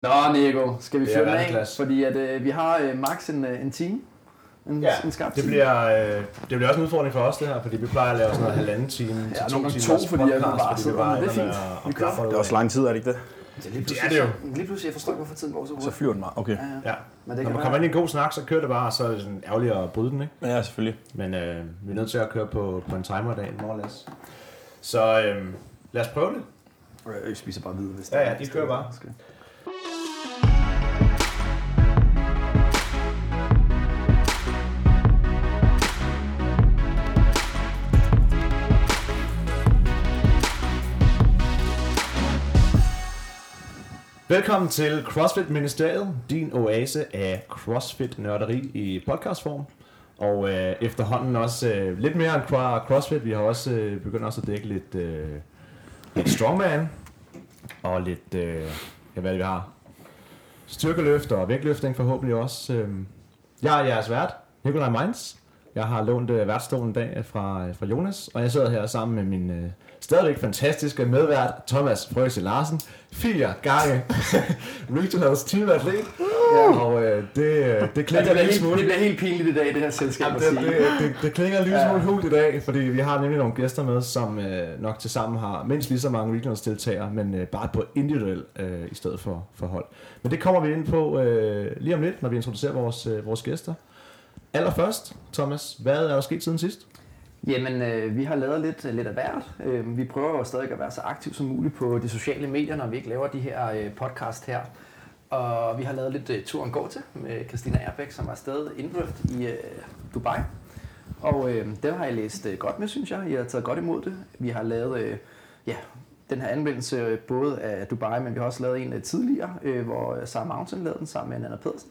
Nå, Nico, skal vi fyre den af? Fordi at, vi har max en time. En skarp det bliver også en udfordring for os det her, fordi vi plejer at lave sådan noget halvanden time til 2 timer fordi jeg bare sidder. Det er fint. Vi kører. Det er også lang tid, er det ikke det? Det er det jo. Lige pludselig, jeg forstår ikke, hvorfor tiden går så hurtigt. Så flyver den bare, okay. Ja. Men når man kommer ind i en god snak, så kører det bare, så er det sådan ærgerligt at bryde den, ikke? Ja, selvfølgelig. Men vi er nødt til at køre på en timer i dag, morgenlæs. Så lad os prøve det. Jeg spiser bare videre, hvis det er. Ja, de kører bare. Velkommen til CrossFit Ministeriet, din oase af CrossFit-nørderi i podcastform. Og efterhånden også lidt mere end CrossFit. Vi har også begyndt også at dække lidt strongman og lidt, hvad det vi har, styrkeløft og vægtløftning forhåbentlig også. Jeg er jeres vært, Nikolaj Mainz. Jeg har lånt værtsstolen en dag fra Jonas, og jeg sidder her sammen med min stadigvæk fantastiske medvært, Thomas Frøse Larsen. 4 gange Regionals teamatlet. Og det klinger lidt smule. Det bliver helt pinligt i dag, det her selskab. Det klinger en lille smule hult i dag, fordi vi har nemlig nogle gæster med, som nok til sammen har mindst lige så mange Regionals deltagere, men bare på individuel i stedet for hold. Men det kommer vi ind på lige om lidt, når vi introducerer vores gæster. Allerførst, Thomas, hvad er der sket siden sidst? Jamen, vi har lavet lidt af hvert. Vi prøver jo stadig at være så aktiv som muligt på de sociale medier, når vi ikke laver de her podcast her. Og vi har lavet lidt turen gå til med Christina Erbæk, som var afsted indrøft i Dubai. Og den har jeg læst godt med, synes jeg. I har taget godt imod det. Vi har lavet den her anmeldelse både af Dubai, men vi har også lavet en tidligere, hvor Sarah Mountain lavede den sammen med Anna Pedersen.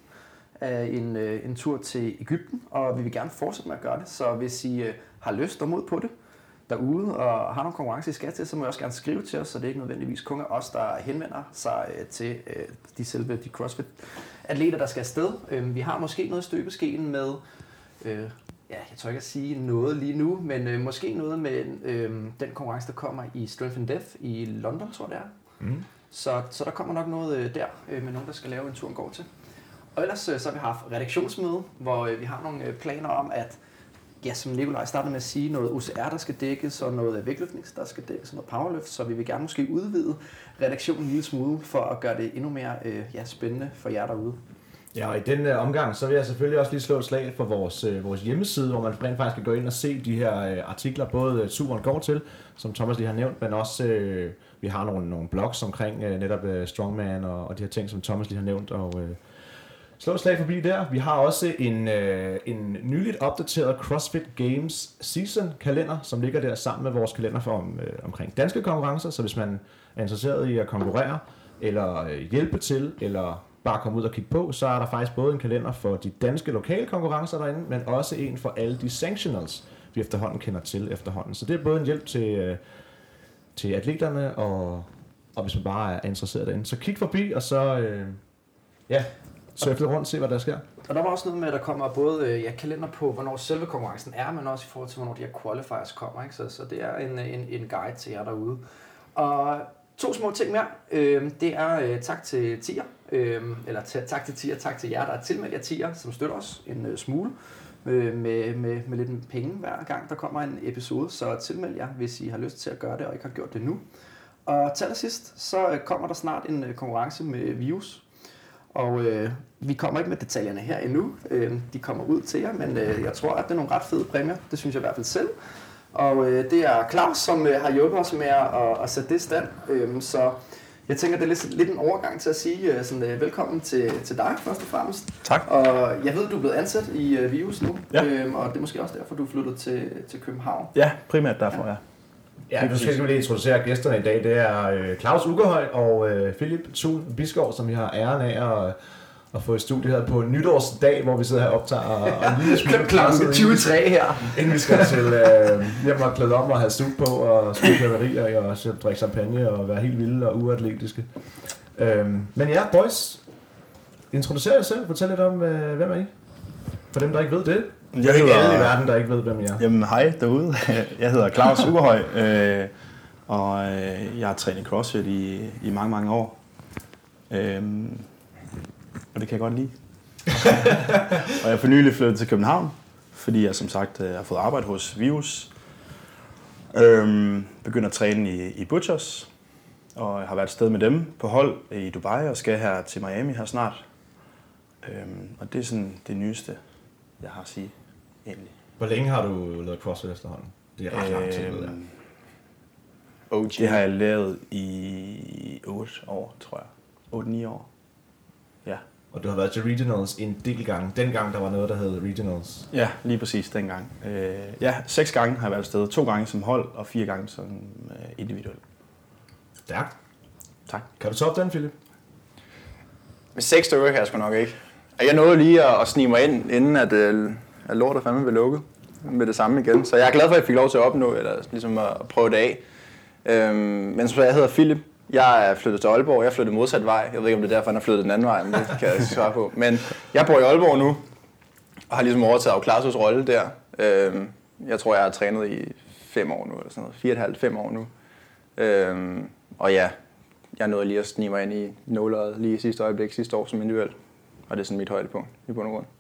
En tur til Egypten, og vi vil gerne fortsætte med at gøre det. Så hvis I har lyst og mod på det derude, og har nogle konkurrencer, I skal til, så må I også gerne skrive til os, så det er ikke nødvendigvis kun os, der henvender sig til de CrossFit-atleter, der skal afsted. Vi har måske noget i støbeskeen med, jeg tror ikke at sige noget lige nu, men måske noget med den konkurrence, der kommer i Strength and Depth i London, tror jeg det er. Mm. Så der kommer nok noget der med nogen, der skal lave en tur og gå til. Og ellers så har vi haft redaktionsmøde, hvor vi har nogle planer om, at som Nikolaj startede med at sige, noget OCR, der skal dækkes, og noget vægtløftning, der skal dækkes, og noget powerlift, så vi vil gerne måske udvide redaktionen en lille smule, for at gøre det endnu mere spændende for jer derude. Ja, og i den omgang, så vil jeg selvfølgelig også lige slå et slag for vores hjemmeside, hvor man rent faktisk kan gå ind og se de her artikler, både turen går til, som Thomas lige har nævnt, men også vi har nogle blogs omkring netop strongman og de her ting, som Thomas lige har nævnt, og slå et slag forbi der. Vi har også en nyligt opdateret CrossFit Games season kalender, som ligger der sammen med vores kalender for omkring danske konkurrencer. Så hvis man er interesseret i at konkurrere, eller hjælpe til, eller bare komme ud og kigge på, så er der faktisk både en kalender for de danske lokale konkurrencer derinde, men også en for alle de sanctionals, vi efterhånden kender til efterhånden. Så det er både en hjælp til atleterne, og hvis man bare er interesseret derinde. Så kig forbi, og så surf lidt rundt og se, hvad der sker. Og der var også noget med, at der kommer både kalender på, hvornår selve konkurrencen er, men også i forhold til, hvornår de her qualifiers kommer. Ikke? Så det er en guide til jer derude. Og 2 små ting mere. Det er tak til Tier, tak til Tier, tak til jer, der er tilmeldt jer Tier, som støtter os en smule med lidt penge hver gang, der kommer en episode. Så tilmeld jer, hvis I har lyst til at gøre det, og ikke har gjort det nu. Og til allersidst, så kommer der snart en konkurrence med Vius. Og vi kommer ikke med detaljerne her endnu. De kommer ud til jer, men jeg tror, at det er nogle ret fede præmier. Det synes jeg i hvert fald selv. Og det er Claus, som har hjulpet os med at sætte det i stand. Så jeg tænker, det er lidt en overgang til at sige velkommen til dig først og fremmest. Tak. Og jeg ved, du er blevet ansat i Vius nu, og det er måske også derfor, du er flyttet til København. Ja, primært derfor, ja. Ja, nu skal vi lige introducere gæsterne i dag. Det er Claus Ugerhøj og Philip Thun Biskov, som vi har æren af at få i studiet her på nytårsdag, hvor vi sidder her og optager. Og lige smule klokken 23 her. Inden vi skal til hjem og klæde om og have suit på og spille batterier og drikke champagne og være helt vilde og uatletiske. Men ja, boys, introducer jer selv. Fortæl lidt om, hvem er I? For dem, der ikke ved det. Jeg hedder alle i verden, der ikke ved, hvem jeg er. Jamen hej derude. Jeg hedder Claus Ugerhøj, og jeg har trænet CrossFit i mange, mange år. Og det kan jeg godt lide. Og jeg er for nylig flyttet til København, fordi jeg som sagt har fået arbejde hos Virus. Begynder at træne i Butchers, og jeg har været et sted med dem på hold i Dubai, og skal her til Miami her snart. Og det er sådan det nyeste, jeg har at sige, egentlig. Hvor længe har du lavet CrossFit efterhånden? Det er ret lang tid, ved jeg. OG. Det har jeg lavet i 8 år, tror jeg. 8-9 år. Ja. Og du har været til Regionals en del gange. Dengang der var noget, der hed Regionals. Ja, lige præcis dengang. 6 gange har jeg været afsted. 2 gange som hold, og 4 gange som individuel. Stærkt. Tak. Kan du toppe den, Philip? Med 6 stykker kan jeg sgu nok ikke. Jeg nåede lige at snige mig ind, inden at lortet fandme blev lukket med det samme igen. Så jeg er glad for, at jeg fik lov til at opnå, eller ligesom at prøve det af. Men som jeg hedder Philip. Jeg er flyttet til Aalborg. Jeg flyttede modsat vej. Jeg ved ikke, om det er derfor, han har flyttet den anden vej, men det kan jeg ikke svare på. Men jeg bor i Aalborg nu, og har ligesom overtaget Auklasos rolle der. Jeg tror, jeg har trænet i 5 år nu, eller sådan noget. 4,5-5 år nu. Og ja, jeg nåede lige at snige mig ind i nåløjet lige i sidste øjeblik, sidste år som individuel. Og det er sådan mit højdepunkt i bund og grund.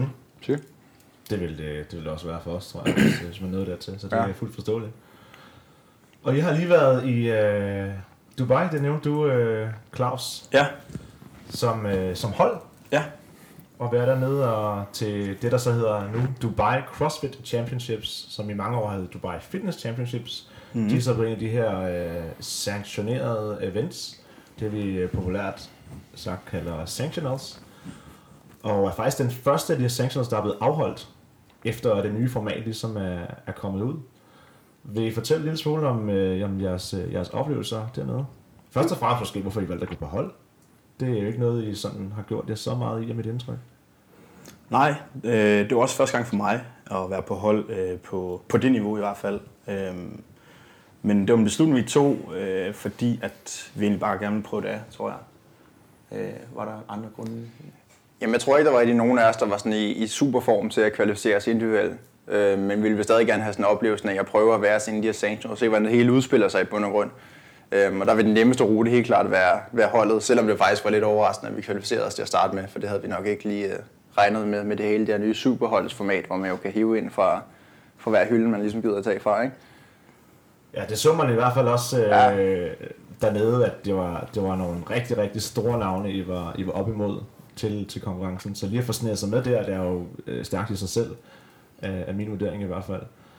Det vil også være for os, tror jeg, hvis man nåede dertil. Så det er fuldt forståeligt. Og I har lige været i Dubai, det nævnte du, Claus. Ja. Som hold. Ja. Og være dernede og til det, der så hedder nu Dubai CrossFit Championships, som i mange år havde Dubai Fitness Championships. Mm-hmm. De er så på en af de her sanktionerede events, det vi populært sagt kalder sanctionals. Og er faktisk den første af de her sanctionals, der er blevet afholdt, efter det nye format ligesom er kommet ud. Vil I fortælle en lille smule om jeres oplevelser dernede? Først og fremmest måske, hvorfor I valgte at gå på hold. Det er jo ikke noget, I sådan har gjort det så meget i af mit indtryk. Nej, det var også første gang for mig at være på hold på det niveau i hvert fald. Men det var en beslutning, vi tog, fordi at vi egentlig bare gerne ville prøve det af, tror jeg. Var der andre grunde? Jamen, jeg tror ikke, der var nogen af os, der var sådan i superform til at kvalificere os individuelt. Men vi ville stadig gerne have sådan en oplevelse af at prøve at være sådan de her sanctions og se, hvordan det hele udspiller sig i bund og grund. Og der vil den nemmeste rute helt klart være holdet, selvom det faktisk var lidt overraskende, at vi kvalificerede os til at starte med, for det havde vi nok ikke lige regnet med det hele det her nye superholdsformat, hvor man jo kan hive ind fra hver hylde, man ligesom gider at tage fra, ikke? Ja, det så man i hvert fald også dernede, at det var nogle rigtig, rigtig store navne, I var op imod til konkurrencen. Så lige at få snedet sig med der, det er jo stærkt i sig selv, af min vurdering i hvert fald.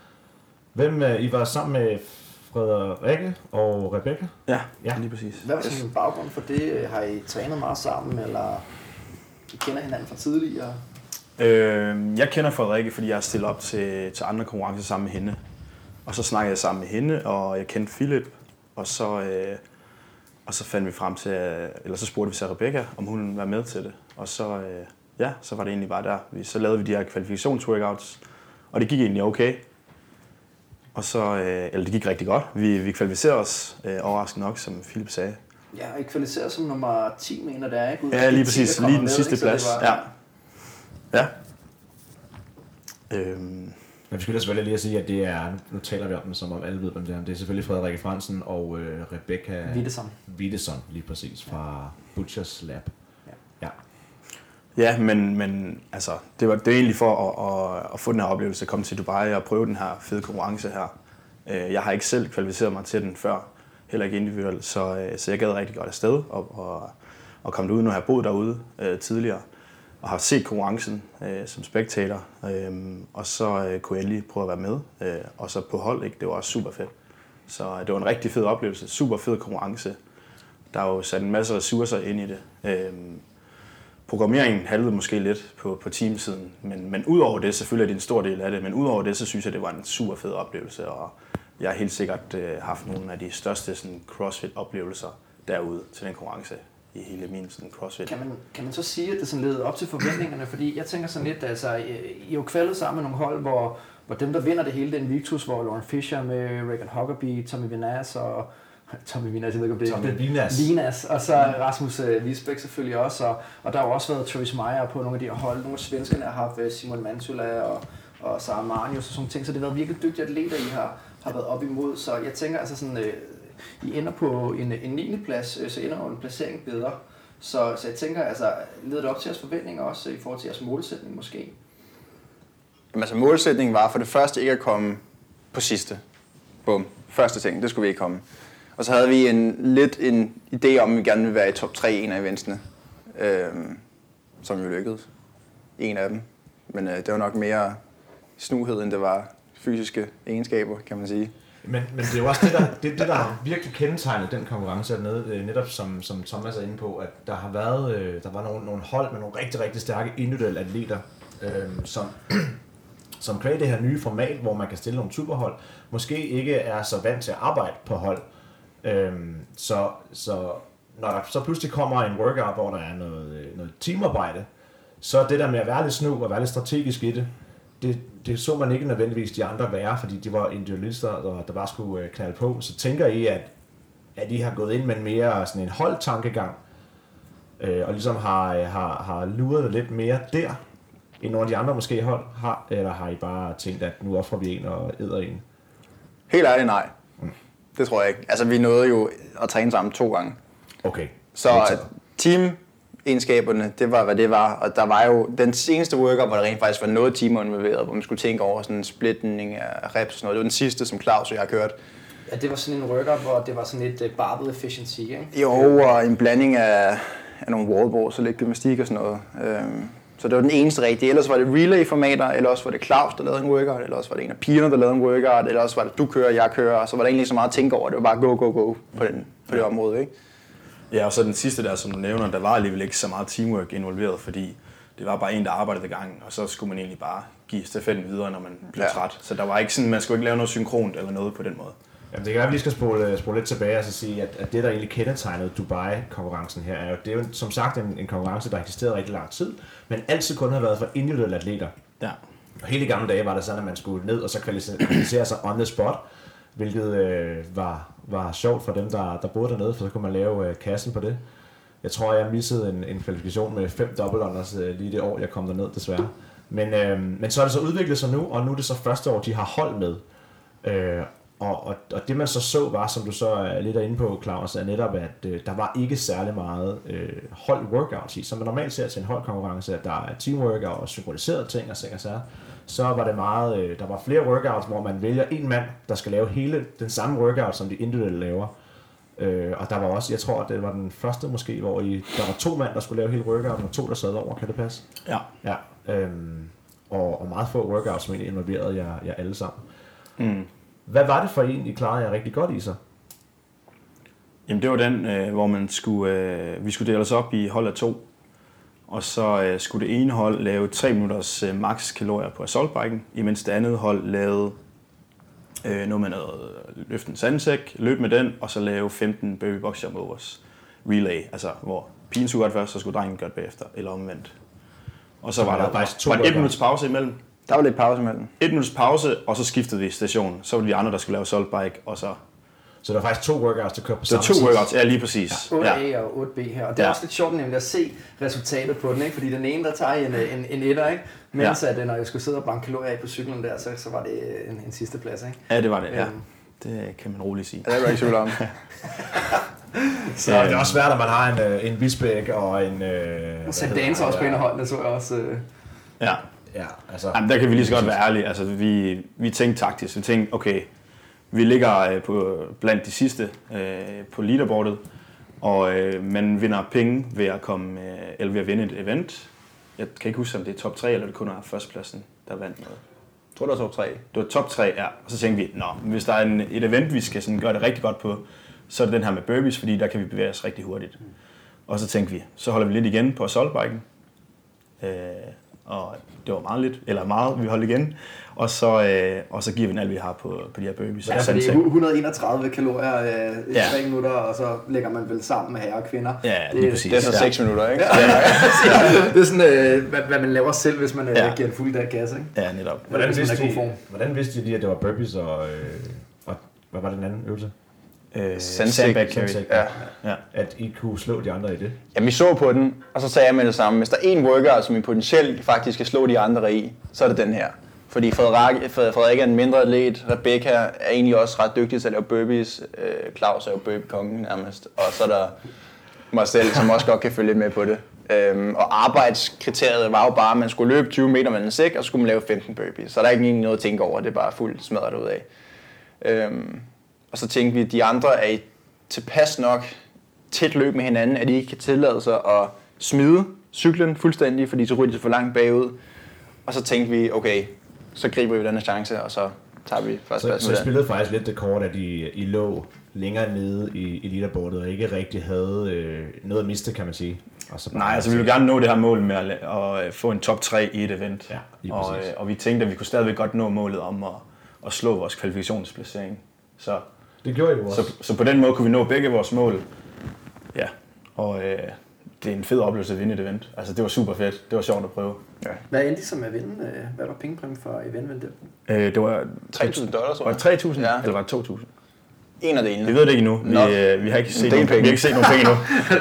I var sammen med Frederikke og Rebecca? Ja, lige præcis. Hvad var sådan en baggrund for det? Har I trænet meget sammen, eller I kender hinanden fra tidligere? Jeg kender Frederikke, fordi jeg har stillet op til andre konkurrencer sammen med hende. Og så snakkede jeg sammen med hende, og jeg kendte Philip. Og så fandt vi frem til, eller så spurgte vi så Rebecca, om hun ville være med til det. Og så, så var det egentlig bare der. Så lavede vi de her kvalifikationsworkouts, og det gik egentlig okay. Og så, det gik rigtig godt. Vi kvalificerede os, overraskende nok, som Philip sagde. Ja, I kvalificerede som nummer 10, mener det er, ikke? Ja, lige præcis. Lige den sidste plads. Ja. Men vi skal selvfølgelig lige at sige, at det er, nu taler vi om den, som om alle ved, hvem det er. Det er selvfølgelig Frederikke Fransen og Rebecca Wittesson, lige præcis, fra Butchers Lab. Ja, men altså, det er egentlig for at få den her oplevelse, at komme til Dubai og prøve den her fede konkurrence her. Jeg har ikke selv kvalificeret mig til den før, heller ikke individuelt, så jeg gad rigtig godt afsted og komme derud. Nu har jeg boet derude tidligere og har set konkurrencen som spectator, og så kunne jeg lige prøve at være med, og så på hold, ikke? Det var også super fedt. Så det var en rigtig fed oplevelse, super fed konkurrence. Der er jo sat en masse ressourcer ind i det. Programmeringen halvede måske lidt på teamsiden, men udover det, selvfølgelig er det en stor del af det, men udover det, så synes jeg, det var en super fed oplevelse, og jeg har helt sikkert haft nogle af de største sådan, CrossFit-oplevelser derude til den konkurrence i hele min sådan, CrossFit. Kan man så sige, at det sådan leder op til forventningerne? Fordi jeg tænker sådan lidt, altså, I er jo kvalet sammen med nogle hold, hvor dem, der vinder det hele, det er Invictus, hvor Lauren Fisher med Regan Huckerby, Tommy Vinas og Vinas, og så Rasmus Wiesbeck selvfølgelig også, og der har jo også været Travis Meyer på nogle af de her hold. Nogle af svenskerne har haft Simon Mantula og Sara Marnius og sådan nogle ting, så det har været virkelig dygtige atleter, I har været op imod. Så jeg tænker altså sådan, I ender på en 9. plads, så ender jo en placering bedre. Så jeg tænker, altså, leder det op til jeres forventninger også i forhold til jeres målsætning måske? Jamen, altså målsætningen var for det første ikke at komme på sidste. Bum. Første ting, det skulle vi ikke komme. Og så havde vi lidt en idé om, at vi gerne ville være i top 3 en af eventsene. Som jo lykkedes. En af dem. Men det var nok mere snuhed, end det var fysiske egenskaber, kan man sige. Men det er jo også det der har virkelig kendetegnet den konkurrence hernede, netop som Thomas er inde på, at der var nogle hold med nogle rigtig, rigtig stærke individuelle atleter, som kvæg det her nye format, hvor man kan stille nogle superhold, måske ikke er så vant til at arbejde på hold. Så når der så pludselig kommer en workout, hvor der er noget teamarbejde, så det der med at være lidt snu og være lidt strategisk i det så man ikke nødvendigvis de andre være, fordi de var individualister, der bare skulle knalde på. Så tænker I, at I har gået ind med mere sådan en holdtankegang, og ligesom har luret lidt mere der, end nogle af de andre måske hold har, eller har I bare tænkt, at nu offrer vi en og æder en? Helt ærligt nej. Det tror jeg ikke. Altså vi nåede jo at træne sammen 2 gange. Okay. Så team-egenskaberne, det var hvad det var, og der var jo den seneste workout, hvor der rent faktisk var noget team involveret, hvor man skulle tænke over sådan en splitning af reps og sådan noget. Det var den sidste, som Claus og jeg har kørt. Ja, det var sådan en workout, hvor det var sådan et barbell efficiency, ikke? Jo, og en blanding af nogle wallballs og lidt gymnastik og sådan noget. Så det var den eneste rigtige. Ellers var det relay-formater, eller også var det Claus, der lavede en workout, eller også var det en af pigerne, der lavede en workout, eller også var det du kører, jeg kører, og så var der egentlig ikke så meget at tænke over. Det var bare go på det område, ikke? Ja, og så den sidste der, som du nævner, der var alligevel ikke så meget teamwork involveret, fordi det var bare en, der arbejdede i gang, og så skulle man egentlig bare give stafetten videre, når man blev træt. Så der var ikke sådan, man skulle ikke lave noget synkront eller noget på den måde. Jamen, det kan være, at vi lige skal spole lidt tilbage og så sige, at det, der egentlig kendetegnede Dubai-konkurrencen her, det er jo som sagt en konkurrence, der har eksisteret rigtig lang tid, men altid kun har været for individuelle atleter. Ja. Og hele gamle dage var det sådan, at man skulle ned og så kvalificere sig on the spot, hvilket var sjovt for dem, der boede dernede, for så kunne man lave kassen på det. Jeg tror, jeg missede en kvalifikation med 5 double-unders lige det år, jeg kom derned, desværre. Men så er det så udviklet sig nu, og nu er det så første år, de har hold med. Og det man så var, som du så er lidt inde på, Claus, er netop, at der var ikke særlig meget hold-workouts i. Som man normalt ser til en holdkonkurrence, at der er teamwork og synkroniserede ting og sager. Så var det meget, der var flere workouts, hvor man vælger en mand, der skal lave hele den samme workout, som de individuelle laver. Og der var også, jeg tror, at det var den første måske, hvor der var 2 mand, der skulle lave hele workouten, og 2, der sad over. Kan det passe? Ja. Og meget få workouts, som egentlig involverede jer alle sammen. Mm. Hvad var det for en, I klarede jer rigtig godt i så? Jamen det var den, hvor vi skulle dele os op i hold af 2. Og så skulle det ene hold lave 3 minutters max kalorier på assaultbiken, imens det andet hold lavede noget med noget løfte en sandsæk, løb med den, og så lave 15 baby box jump overs relay, altså hvor pigen skulle gøre det først, så skulle drengen gøre det bagefter, eller omvendt. Og så var der 1 minuts pause imellem. Der var lidt pause imellem. 1 minuts pause, og så skiftede vi station. Så var det de andre, der skulle lave assault bike, og så... Så der var faktisk 2 workouts, der kørte på samme tid? 2 workouts, ja, lige præcis. Ja. 8A og 8B her, og det er også lidt sjovt nemlig at se resultatet på den, ikke? Fordi den ene, der tager en etter, ikke? Mens at når jeg skulle sidde og banke kalorier af på cyklen der, så var det en sidste plads, ikke? Ja, det var det, ja. Det kan man roligt sige. Ja, det var ikke tvivl om. Så det er også svært, at man har en Visbæk og en... Sandanser også på inderholdene, så jeg også... Ja. Ja, altså... Jamen, der kan vi lige så godt være ærlige. Altså, vi tænkte taktisk. Vi tænkte, okay, vi ligger blandt de sidste på leaderboardet, og man vinder penge ved at komme, eller ved at vinde et event. Jeg kan ikke huske, om det er top 3, eller det kun er førstepladsen, der vandt noget. Jeg tror, det var top 3. Det var top 3, ja. Og så tænkte vi, hvis der er et event, vi skal sådan gøre det rigtig godt på, så er det den her med burpees, fordi der kan vi bevæge os rigtig hurtigt. Og så tænkte vi, så holder vi lidt igen på assaultbiken. Og det var meget, vi holdt igen. Og så giver vi den alt, vi har på de her burpees. Ja, det er 131 kalorier i 3 minutter, og så lægger man vel sammen med herrer og kvinder. Ja, det er præcis. Det er så 6 minutter, ikke? Ja. Det er sådan, hvad man laver selv, hvis man giver en fuld dag gas, ikke? Ja, netop. Hvordan vidste I lige, at det var burpees og hvad var den anden øvelse? Sandbag carry. Ja. At I kunne slå de andre i det? Jamen, vi så på den, og så sagde jeg med det samme. Hvis der er en workout, som I potentielt faktisk kan slå de andre i, så er det den her. Fordi Frederik er en mindre atlet, Rebecca er egentlig også ret dygtig til at lave burpees. Claus er jo burpee-kongen nærmest. Og så er der mig selv, som også godt kan følge lidt med på det. Og arbejdskriteriet var jo bare, at man skulle løbe 20 meter med en sæk, og så skulle man lave 15 burpees. Så der er ikke noget at tænke over, det er bare fuldt smadret ud af. Og så tænkte vi, at de andre er i tilpas nok tæt løb med hinanden, at de ikke kan tillade sig at smide cyklen fuldstændig, fordi så ryger de for langt bagud. Og så tænkte vi, okay, så griber vi den her chance, og så tager vi førstepladsen. Så I spillede faktisk lidt det kort, at I lå længere nede i leaderboardet, og ikke rigtig havde noget at miste, kan man sige. Og så Nej, altså vi vil gerne nå det her mål med at få en top 3 i et event. Ja, og vi tænkte, at vi kunne stadigvæk godt nå målet om at slå vores kvalifikationsplacering. Så det gjorde I jo også. Så på den måde kunne vi nå begge vores mål. Ja, og det er en fed oplevelse at vinde et event. Altså det var super fedt. Det var sjovt at prøve. Ja. Hvad endte I som at vinde? Hvad var pengepræmien for event? Det var $3,000, tror jeg. Var det 3.000 ja. Eller var det 2.000? En af delene. Vi ved det ikke endnu. Vi har ikke set nogen penge endnu.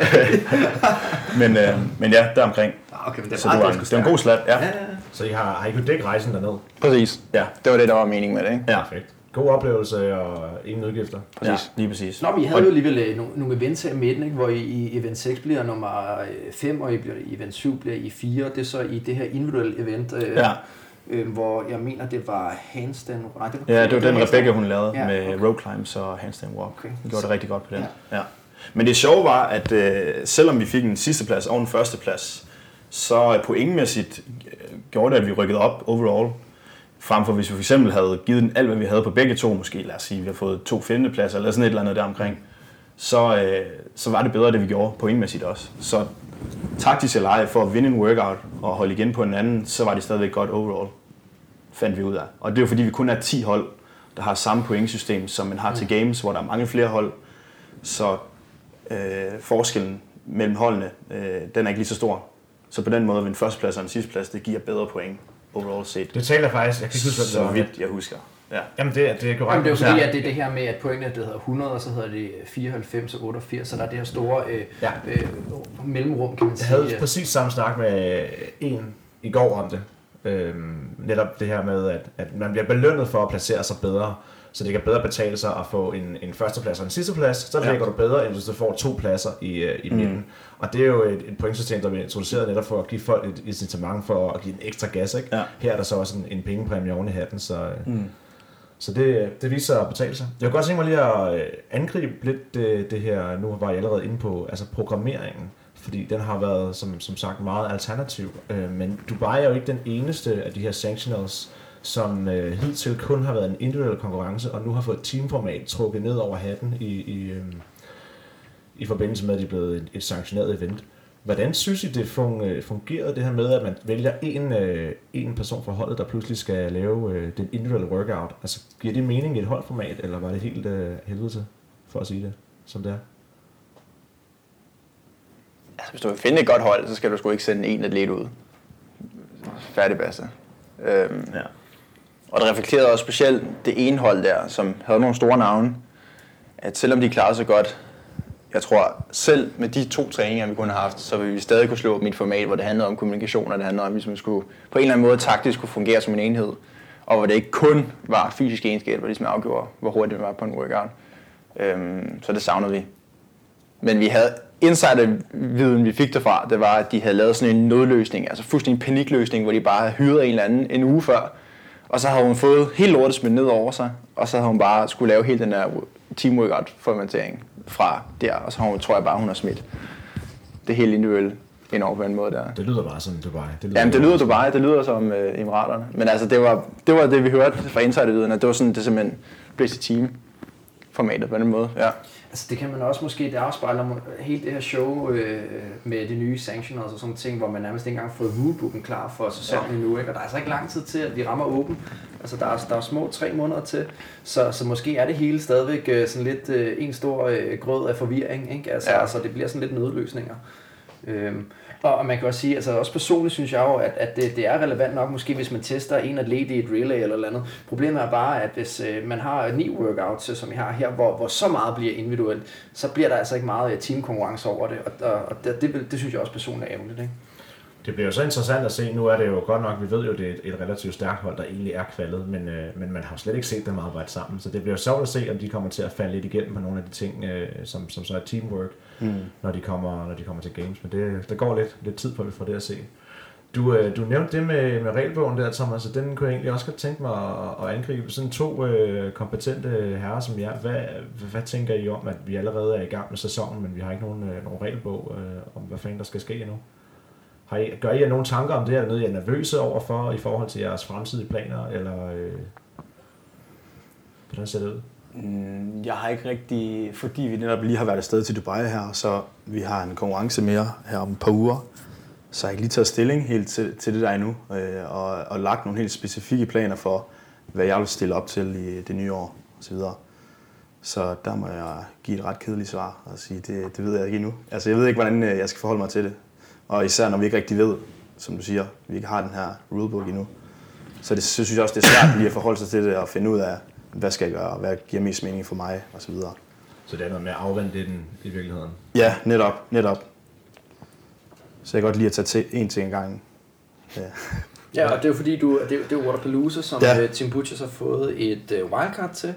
men ja, deromkring. Okay, men så det var en god slat. Ja. Så I har I kunnet dække rejsen derned? Præcis. Ja. Det var det, der var meningen med det, ikke? Ja. Perfekt. God oplevelse og ingen udgifter. Præcis. Ja, lige præcis. Nå, vi havde jo alligevel nogle events her i midten, ikke? Hvor I event 6 bliver nummer 5, og i event 7 bliver I 4. Det er så i det her individuelle event, hvor jeg mener, det var handstand. Det var den Rebecca, hun lavede med rope climbs og handstand walk. Okay. Hun gjorde det rigtig godt på den. Ja. Men det sjove var, at selvom vi fik en sidste plads og en første plads, så pointmæssigt gjorde det, at vi rykkede op overall. Frem for hvis vi for eksempel havde givet den alt, hvad vi havde på begge to, måske lad os sige, vi har fået 2 femtepladser eller sådan et eller andet deromkring, så var det bedre, det vi gjorde pointmæssigt også. Så taktisk eller ej, for at vinde en workout og holde igen på en anden, så var det stadigvæk godt overall, fandt vi ud af. Og det er jo fordi, vi kun er 10 hold, der har samme pointsystem, som man har til games, hvor der er mange flere hold. Så forskellen mellem holdene, den er ikke lige så stor. Så på den måde vil en førsteplads og en sidsteplads, det giver bedre point overall set. Det taler faktisk, jeg kan ikke huske, så vidt jeg husker. Ja. Jamen det er korrekt. Jamen, det er jo fordi, at det er det her med, at pointene det hedder 100, og så hedder det 94 og 88, så der er det her store mellemrum, kan man sige. Jeg havde præcis samme snak med en i går om det. Netop det her med, at man bliver belønnet for at placere sig bedre, så det kan bedre betale sig at få en førsteplads og en sidsteplads, så ligger du bedre, end hvis du får 2 pladser i midten. Og det er jo et pointsystem, der bliver introduceret netop for at give folk et incitament for at give en ekstra gas. Ikke? Ja. Her er der så også en pengepræmie oven i hatten, så det viser sig at betale sig. Jeg kunne godt tænke mig lige at angribe lidt det her, nu var jeg allerede inde på, altså programmeringen, fordi den har været som sagt meget alternativ, men Dubai er jo ikke den eneste af de her sanctionals, som hidtil kun har været en individuel konkurrence, og nu har fået et teamformat trukket ned over hatten i forbindelse med, at det er blevet et sanktioneret event. Hvordan synes I, det fungerede det her med, at man vælger en person fra holdet, der pludselig skal lave den individuelle workout? Altså, giver det mening i et holdformat, eller var det helt helvede til, for at sige det, som det er? Altså, hvis du vil finde et godt hold, så skal du sgu ikke sende en atlet ud. Færdig basta. Og det reflekterede også specielt det ene hold der, som havde nogle store navne, at selvom de klarede sig godt, jeg tror selv med de 2 træninger, vi kunne have haft, så ville vi stadig kunne slå dem i et format, hvor det handlede om kommunikation, og det handlede om, at vi skulle på en eller anden måde taktisk kunne fungere som en enhed, og hvor det ikke kun var fysiske egenskaber, der ligesom afgjorde, hvor hurtigt vi var på en workout. Så det savnede vi. Men vi havde insider-viden, vi fik derfra, det var, at de havde lavet sådan en nødløsning, altså fuldstændig en panikløsning, hvor de bare havde hyret en eller anden en uge før, og så havde hun fået helt lortet smidt ned over sig, og så havde hun bare skulle lave hele den der team-workout-formatering fra der, og så tror jeg bare, hun har smidt det helt individuelle ind over på en måde der. Det lyder bare som Dubai. Det lyder Dubai, det lyder som Emiraterne. Men altså, det var det, vi hørte fra insider-viden, at det var sådan, det simpelthen blev til team-formatet på den måde, ja. Altså det kan man også måske, det afspejler hele det her show med de nye sanctioners og sådan ting, hvor man nærmest ikke engang har fået rulebooken klar for sæsonen endnu, ikke? Og der er altså ikke lang tid til, at vi rammer åben. Altså der er små 3 måneder til, så måske er det hele stadigvæk sådan lidt en stor grød af forvirring, ikke? Altså det bliver sådan lidt nødløsninger. Og man kan også sige, altså også personligt synes jeg jo, at det er relevant nok, måske hvis man tester en atlet i et relay eller andet. Problemet er bare, at hvis man har 9 workouts, som I har her, hvor så meget bliver individuelt, så bliver der altså ikke meget teamkonkurrence over det, og det synes jeg også personligt er ærgerligt, ikke? Det bliver jo så interessant at se. Nu er det jo godt nok, vi ved jo, det er et relativt stærkt hold, der egentlig er kvalet, men man har jo slet ikke set dem arbejde sammen. Så det bliver jo sjovt at se, om de kommer til at falde lidt igennem på nogle af de ting, som så er teamwork, når de kommer til games. Men der går lidt tid på, at vi får det at se. Du nævnte det med regelbogen der, Thomas, så den kunne jeg egentlig også godt tænke mig at angribe. Sådan 2 kompetente herrer som jer. Hvad tænker I om, at vi allerede er i gang med sæsonen, men vi har ikke nogen regelbog om, hvad fanden der skal ske endnu? Gør I jer nogle tanker om det? Er der noget, I er nervøse overfor i forhold til jeres fremtidige planer? Eller hvordan ser det ud? Jeg har ikke rigtig, fordi vi netop lige har været afsted til Dubai her, så vi har en konkurrence mere her om et par uger, så har jeg ikke lige taget stilling helt til det der endnu, og lagt nogle helt specifikke planer for, hvad jeg vil stille op til i det nye år osv. Så der må jeg give et ret kedeligt svar og sige, det ved jeg ikke endnu. Altså jeg ved ikke, hvordan jeg skal forholde mig til det. Og især når vi ikke rigtig ved, som du siger, vi ikke har den her rulebook endnu. Så synes jeg også, det er svært lige at forholde sig til det og finde ud af, hvad skal jeg gøre, og hvad giver mest mening for mig osv. Så det er noget med at afvente den i virkeligheden? Ja, netop. Så jeg kan godt lide at tage en ting ad gangen. Ja, og det er jo fordi, det er Wodapalooza, som Team Butchers har fået et wildcard til.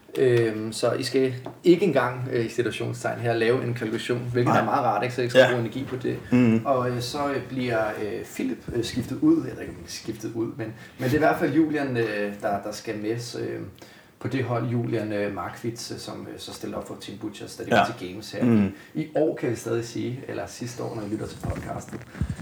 Så I skal ikke engang i situationstegn her lave en kalkulation, hvilket er meget rart, ikke? Så I ikke skal bruge energi på det. Og så bliver Philip skiftet ud, jeg ved ikke om skiftet ud, men det er i hvert fald Julian, der skal med på det hold, Julian Markvits, som så stiller op for Team Butchers, da det går til Games her. I år kan jeg stadig sige, eller sidste år, når I lytter til podcastet.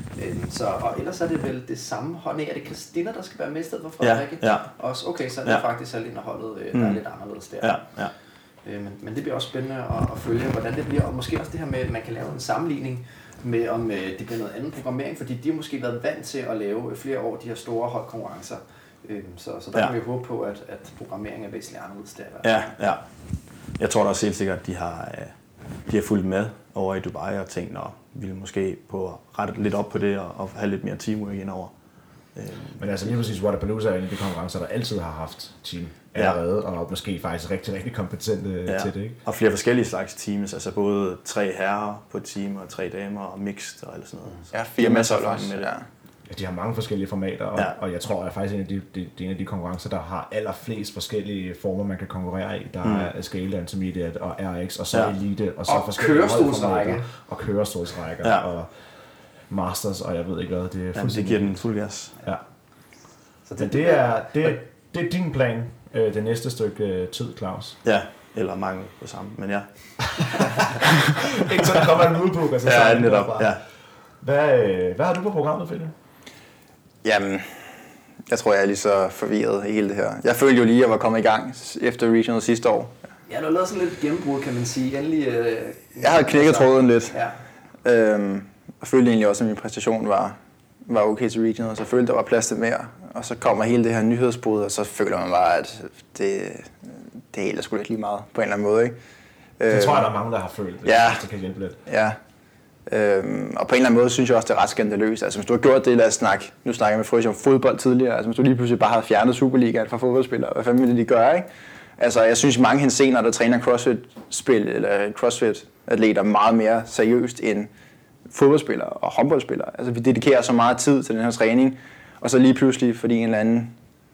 Og ellers er det vel det samme hold. Nej, er det Christina, der skal være med i stedet for Frederikke? Ja. Også, okay, så er det faktisk alene holdet, der er lidt anderledes der. Ja. Men det bliver også spændende at følge, hvordan det bliver. Og måske også det her med, at man kan lave en sammenligning med, om det bliver noget andet programmering, fordi de har måske været vant til at lave flere år de her store holdkonkurrencer. Så der kan vi håbe på, at programmeringen er væsentligt anderledes der. Ja. Jeg tror da også helt sikkert, at de har fulgt med over i Dubai og tænkt, at vi vil måske på rette lidt op på det og have lidt mere teamwork indover. Men altså lige præcis Wodapalooza er en af de konkurrencer, der altid har haft team allerede, og måske faktisk rigtig, rigtig kompetente til det, ikke? Og flere forskellige slags teams, altså både 3 herrer på et team og 3 damer og mixed og alt sådan noget. Ja, 4 masser også med det. Ja, de har mange forskellige formater, og jeg tror, at faktisk en af de konkurrencer, der har allerflest forskellige former, man kan konkurrere i. Der er Scale, Intermediate og RX, og så Elite, og så forskellige kørestolsrække. Og kørestolsrækker, og Masters, og jeg ved ikke hvad. Det giver den fuld gas. Ja. Så det er din plan, det næste stykke tid, Claus. Ja, eller mange på sammen, men ja. Ikke så der kommer en rulebook, og så netop, ja. Hvad har du på programmet, Philip? Jamen, jeg tror, jeg er lige så forvirret i hele det her. Jeg følte jo lige, at jeg var kommet i gang efter Regional sidste år. Ja, du har lavet sådan lidt gennembrud, kan man sige. Endelig, jeg havde knækket tråden lidt. Ja. Og følte egentlig også, at min præstation var okay til Regional, og så følte, der var plads til mere. Og så kommer hele det her nyhedsbrud, og så føler man bare, at det hele er sgu lidt lige meget på en eller anden måde, ikke? Det tror jeg, der er mange, der har følt, hvis det kan hjælpe lidt. Ja. Og på en eller anden måde synes jeg også, det er ret skandaløst. Altså hvis du har gjort det, lad os snakke. Nu snakker jeg med Frøs om fodbold tidligere. Altså hvis du lige pludselig bare havde fjernet Superligaen fra fodboldspillere, hvad fanden ville de gøre, ikke? Altså jeg synes mange henseender, der træner CrossFit-spil eller CrossFit-atleter meget mere seriøst end fodboldspillere og håndboldspillere. Altså vi dedikerer så meget tid til den her træning, og så lige pludselig, fordi en eller anden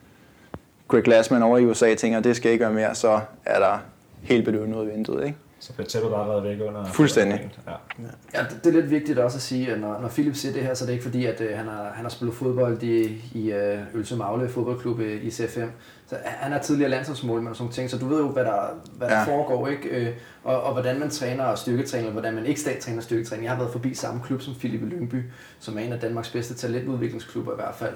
Greg Glassman over i USA tænker, at det skal ikke være mere, så er der helt bedøvende ud af vinduet, ikke? Så bliver tæppet bare været væk under... Fuldstændig. Ja, det er lidt vigtigt også at sige, at når Philip siger det her, så er det ikke fordi, at han har spillet fodbold i Ølse Magle fodboldklub i CFM. Så han er tidligere landsholdsmålmand og sådan ting, så du ved jo, hvad der foregår, ikke? Og hvordan man træner styrketræning, og hvordan man ikke træner styrketræning. Jeg har været forbi samme klub som Philip i Lyngby, som er en af Danmarks bedste talentudviklingsklubber i hvert fald.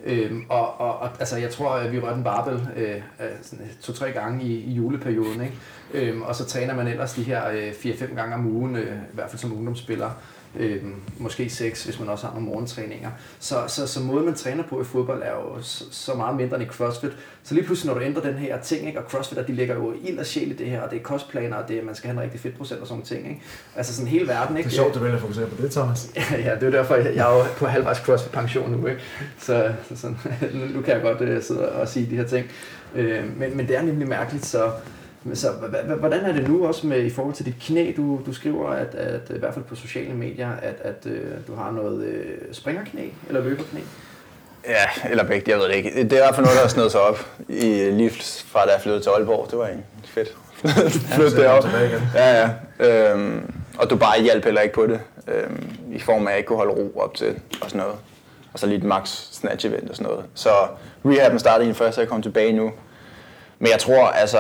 Altså, jeg tror, at vi rørte en barbell 2-3 gange i juleperioden, ikke? Og så træner man ellers de her 4-5 gange om ugen, i hvert fald som ungdomsspiller. Måske 6, hvis man også har nogle morgentræninger. Så måden man træner på i fodbold er jo så meget mindre end i CrossFit. Så lige pludselig, når du ændrer den her ting, ikke? Og CrossFit, de lægger jo ild og sjæl i det her, og det er kostplaner, og man skal have en rigtig fedtprocent og sådan ting, ikke? Altså sådan hele verden, ikke? Det er sjovt, du vælger at fokusere på det, Thomas. Ja, det er derfor, jeg er jo på halvvejs CrossFit-pension nu, ikke? Så sådan, nu kan jeg godt sidde og sige de her ting. Men det er nemlig mærkeligt, så Så hvordan er det nu også med i forhold til dit knæ? Du skriver, at i hvert fald på sociale medier, at du har noget springerknæ eller løberknæ. Ja, eller begge, jeg ved det ikke. Det er i hvert fald noget, der har snedet sig op lige fra da jeg flyttede til Aalborg. Det var egentlig fedt. Flytte derop. Ja. Og Dubai hjalp heller ikke på det. I form af, at jeg ikke kunne holde ro op til og sådan noget. Og så lige et max snatch event og sådan noget. Så rehaben startede egentlig først, så jeg kom tilbage nu. Men jeg tror, altså,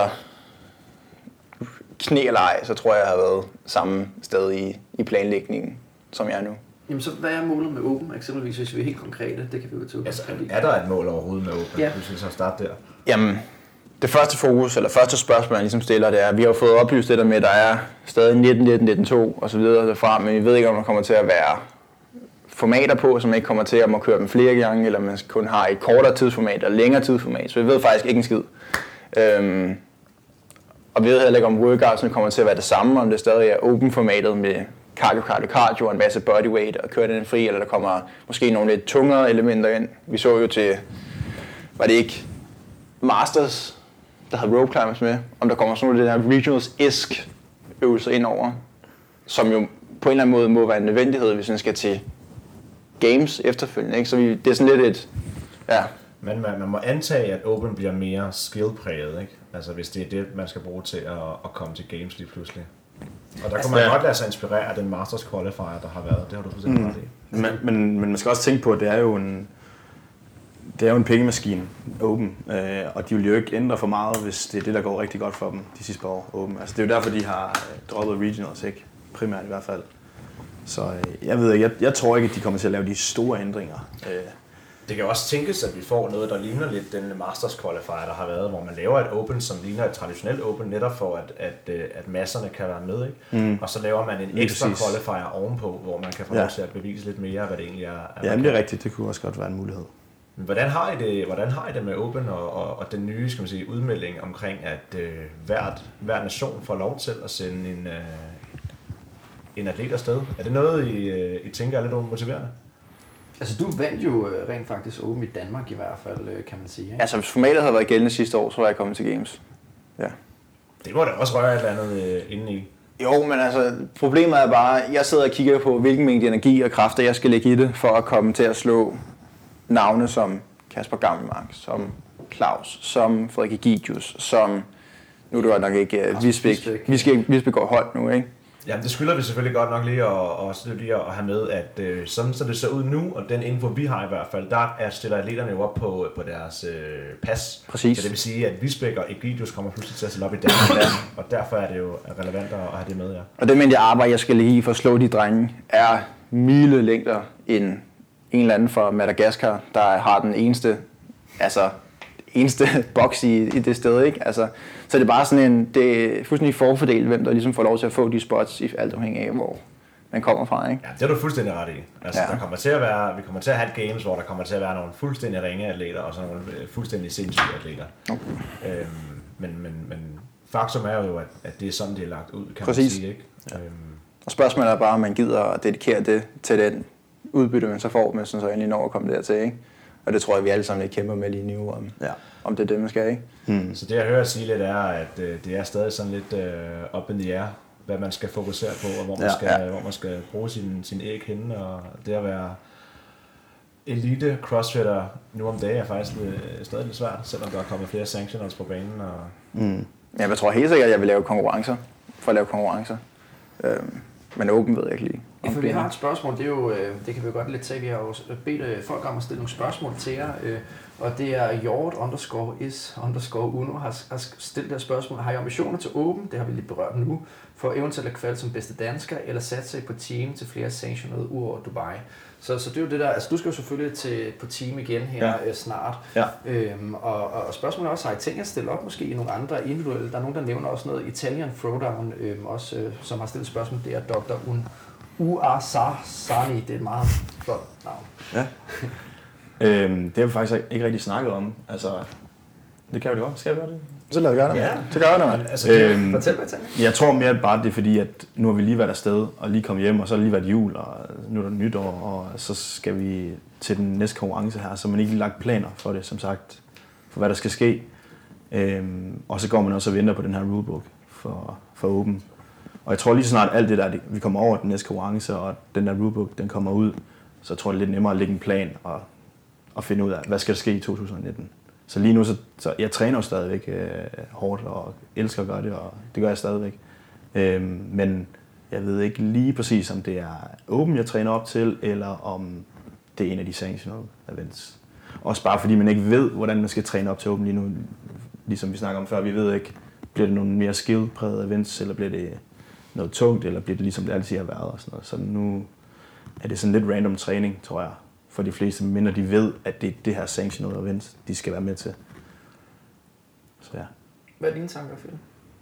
knæ eller ej, så tror jeg har været samme sted i planlægningen, som jeg er nu. Jamen så hvad er målet med Open, eksempelvis, hvis vi er helt konkrete? Det kan vi jo tage. Altså, er der et mål overhovedet med Open, hvis vi så starter der? Jamen, det første fokus, eller første spørgsmål, jeg ligesom stiller, det er, at vi har jo fået oplyst det der med, at der er stadig 19, 2 og så videre derfra, men vi ved ikke, om der kommer til at være formater på, som ikke kommer til at må køre dem flere gange, eller man kun har et kortere tidsformat eller længere tidsformat, så vi ved faktisk ikke en skid. Og vi ved heller ikke, om workoutsene kommer til at være det samme, om det stadig er open-formatet med cardio og en masse bodyweight og køre den fri, eller der kommer måske nogle lidt tungere elementer ind. Vi så jo til, var det ikke Masters, der havde rope climbers med, om der kommer sådan nogle af det her regionals-esk øvelser ind over, som jo på en eller anden måde må være en nødvendighed, hvis man skal til games efterfølgende, ikke? Så det er sådan lidt et, ja. Men man må antage, at Open bliver mere skill-præget, ikke? Altså hvis det er det, man skal bruge til at komme til games lige pludselig. Og der kunne man godt lade sig inspirere af den Masters Qualifier, der har været. Det har du fuldstændig ret i. Men man skal også tænke på, at det er jo en pengemaskine, Open, og de vil jo ikke ændre for meget, hvis det er det, der går rigtig godt for dem de sidste par år, Open. Altså det er jo derfor, de har droppet regionals, ikke? Primært i hvert fald. Så jeg ved ikke, jeg tror ikke, at de kommer til at lave de store ændringer. Det kan også tænkes, at vi får noget, der ligner lidt den Masters Qualifier, der har været, hvor man laver et Open, som ligner et traditionelt Open, netop for, at masserne kan være med, ikke? Og så laver man en ekstra qualifier ovenpå, hvor man kan få lov til at bevise lidt mere, hvad det egentlig er. Ja, det er rigtigt. Det kunne også godt være en mulighed. Men hvordan har I det med Open og den nye, skal man sige, udmelding omkring, at hver nation får lov til at sende en atlet afsted? Er det noget, I tænker er lidt motiverende? Altså du vandt jo rent faktisk Open i Danmark i hvert fald, kan man sige, ikke? Altså hvis formatet havde været gældende sidste år, så var jeg kommet til games. Ja. Det må da også røre et eller andet indeni. Jo, men altså problemet er bare, jeg sidder og kigger på, hvilken mængde energi og kræfter jeg skal lægge i det, for at komme til at slå navne som Kasper Gammelmark, som Claus, som Frederik Egidius, som, nu er det godt nok ikke Visbæk går holdt nu, ikke? Jamen det skylder vi selvfølgelig godt nok lige at have med, at sådan så det ser ud nu, og den info vi har i hvert fald, der stiller atleterne jo op på deres pas. Præcis. Så det vil sige, at Visbæk og Egidius kommer pludselig til at stille op i Danmark, og derfor er det jo relevant at have det med, ja. Og det mængde arbejde, jeg skal lægge i for at slå de drenge, er milelængder end en eller anden fra Madagaskar, der har den eneste boks i det sted, ikke? Altså, så det er bare sådan det er fuldstændig forfordelt, hvem der ligesom får lov til at få de spots i alt afhængig af, hvor man kommer fra, ikke? Ja, det er du fuldstændig ret i. Altså, vi kommer til at have et games, hvor der kommer til at være nogle fuldstændig ringe atleter, og så nogle fuldstændig sindssyge atleter. Okay. Men faktum er jo, at det er sådan, det er lagt ud, kan man sige, ikke? Ja. Og spørgsmålet er bare, om man gider at dedikere det til den udbytte, man så får, men så endelig når at komme dertil, ikke? Og det tror jeg, vi alle sammen ikke kæmper med lige nu, om det er det, man skal, ikke? Så det, jeg hører sige lidt, er, at det er stadig sådan lidt up in the air, hvad man skal fokusere på, og hvor man skal bruge sin æg henne, og det at være elite crossfitter nu om dagen er faktisk stadig lidt svært, selvom der er kommet flere sanctionals på banen. Ja, jeg tror helt sikkert, at jeg vil lave konkurrencer, for at lave konkurrencer. Men Open ved jeg ikke lige. Ja, for vi har et spørgsmål, det er jo, det kan vi jo godt lidt tage, vi har jo bedt folk om at stille nogle spørgsmål til jer, og det er Hjort_is_Uno har stillet det her spørgsmål. Har I ambitioner til Open, det har vi lige berørt nu, for eventuelt at kvalde som bedste dansker, eller satse sig på team til flere sanctionede ud over Dubai? Så det er jo det der, altså du skal jo selvfølgelig på team igen her snart. Ja. Og spørgsmålet er også, har I tænkt at stille op måske i nogle andre individuelle? Der er nogen, der nævner også noget Italian Throwdown, også, som har stillet spørgsmål. Det er Dr. Uasasani, det er et meget flot navn. Ja. Det har vi faktisk ikke rigtig snakket om. Altså, det kan vi godt. Skal vi gøre det? Så lad os gøre det. Ja. Så gør det, man. Fortæl mig. Jeg tror mere bare, det er fordi, at nu har vi lige været afsted og lige kommet hjem, og så har det lige været jul, og nu er der nytår, og så skal vi til den næste konkurrence her, så man ikke lagt planer for det, som sagt, for hvad der skal ske. Og så går man også og venter på den her rulebook for Open. Og jeg tror lige så snart alt det der, vi kommer over den næste konkurrence, og den der rulebook, den kommer ud, så tror jeg det er lidt nemmere at lægge en plan og finde ud af, hvad skal der ske i 2019. Så lige nu, så jeg træner jo stadigvæk hårdt og elsker at gøre det, og det gør jeg stadigvæk. Men jeg ved ikke lige præcis, om det er Open, jeg træner op til, eller om det er en af de sanctioned events. Også bare fordi man ikke ved, hvordan man skal træne op til Open lige nu, ligesom vi snakker om før. Vi ved ikke, bliver det nogle mere skill-prægede events, eller bliver det noget tungt, eller bliver det ligesom det altid har været og sådan noget. Så nu er det sådan lidt random træning, tror jeg, for de fleste, mindre de ved, at det er det her sanctioned events, de skal være med til. Så ja. Hvad er dine tanker, Phil?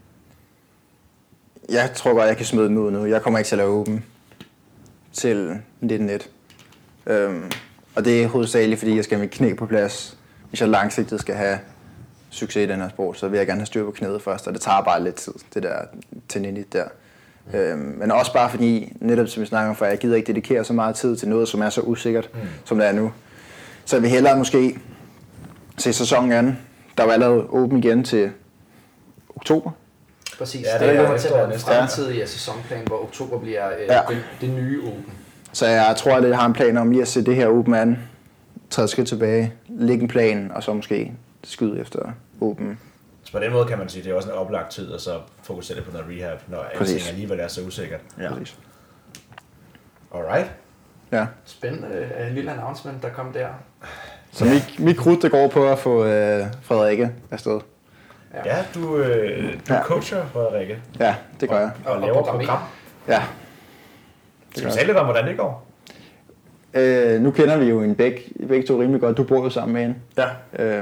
Jeg tror godt, jeg kan smide den ud nu. Jeg kommer ikke til at lave Open til 1901. Og det er hovedsageligt, fordi jeg skal have mit knæ på plads. Hvis jeg langsigtet skal have succes i den her sport, så vil jeg gerne have styr på knæet først, og det tager bare lidt tid, det der tendinit der. Men også bare fordi, netop som vi snakker om før, jeg gider ikke dedikere så meget tid til noget, som er så usikkert, som det er nu. Så jeg vil hellere måske se sæsonen an. Der var allerede Open igen til oktober. Præcis, ja, det er til at være den næste fremtidige sæsonplan, hvor oktober bliver det nye Open. Så jeg tror, at jeg har en plan om lige at se det her Open an, træde skridt tilbage, lægge en plan, og så måske skyde efter Open. Så på den måde kan man sige, at det er også en oplagt tid, at så fokusere på noget rehab, når alting alligevel er så usikkert. Ja. Præcis. Alright. Ja. Spændende lille announcement, der kom der. Så mit krudt, der går på at få Frederikke afsted. Ja, du coacher Frederikke. Ja, det gør jeg. Og laver program. Ja. Skal vi tale lidt om, hvordan det går? Nu kender vi jo en begge to rimelig godt. Du bor jo sammen med hende. Ja.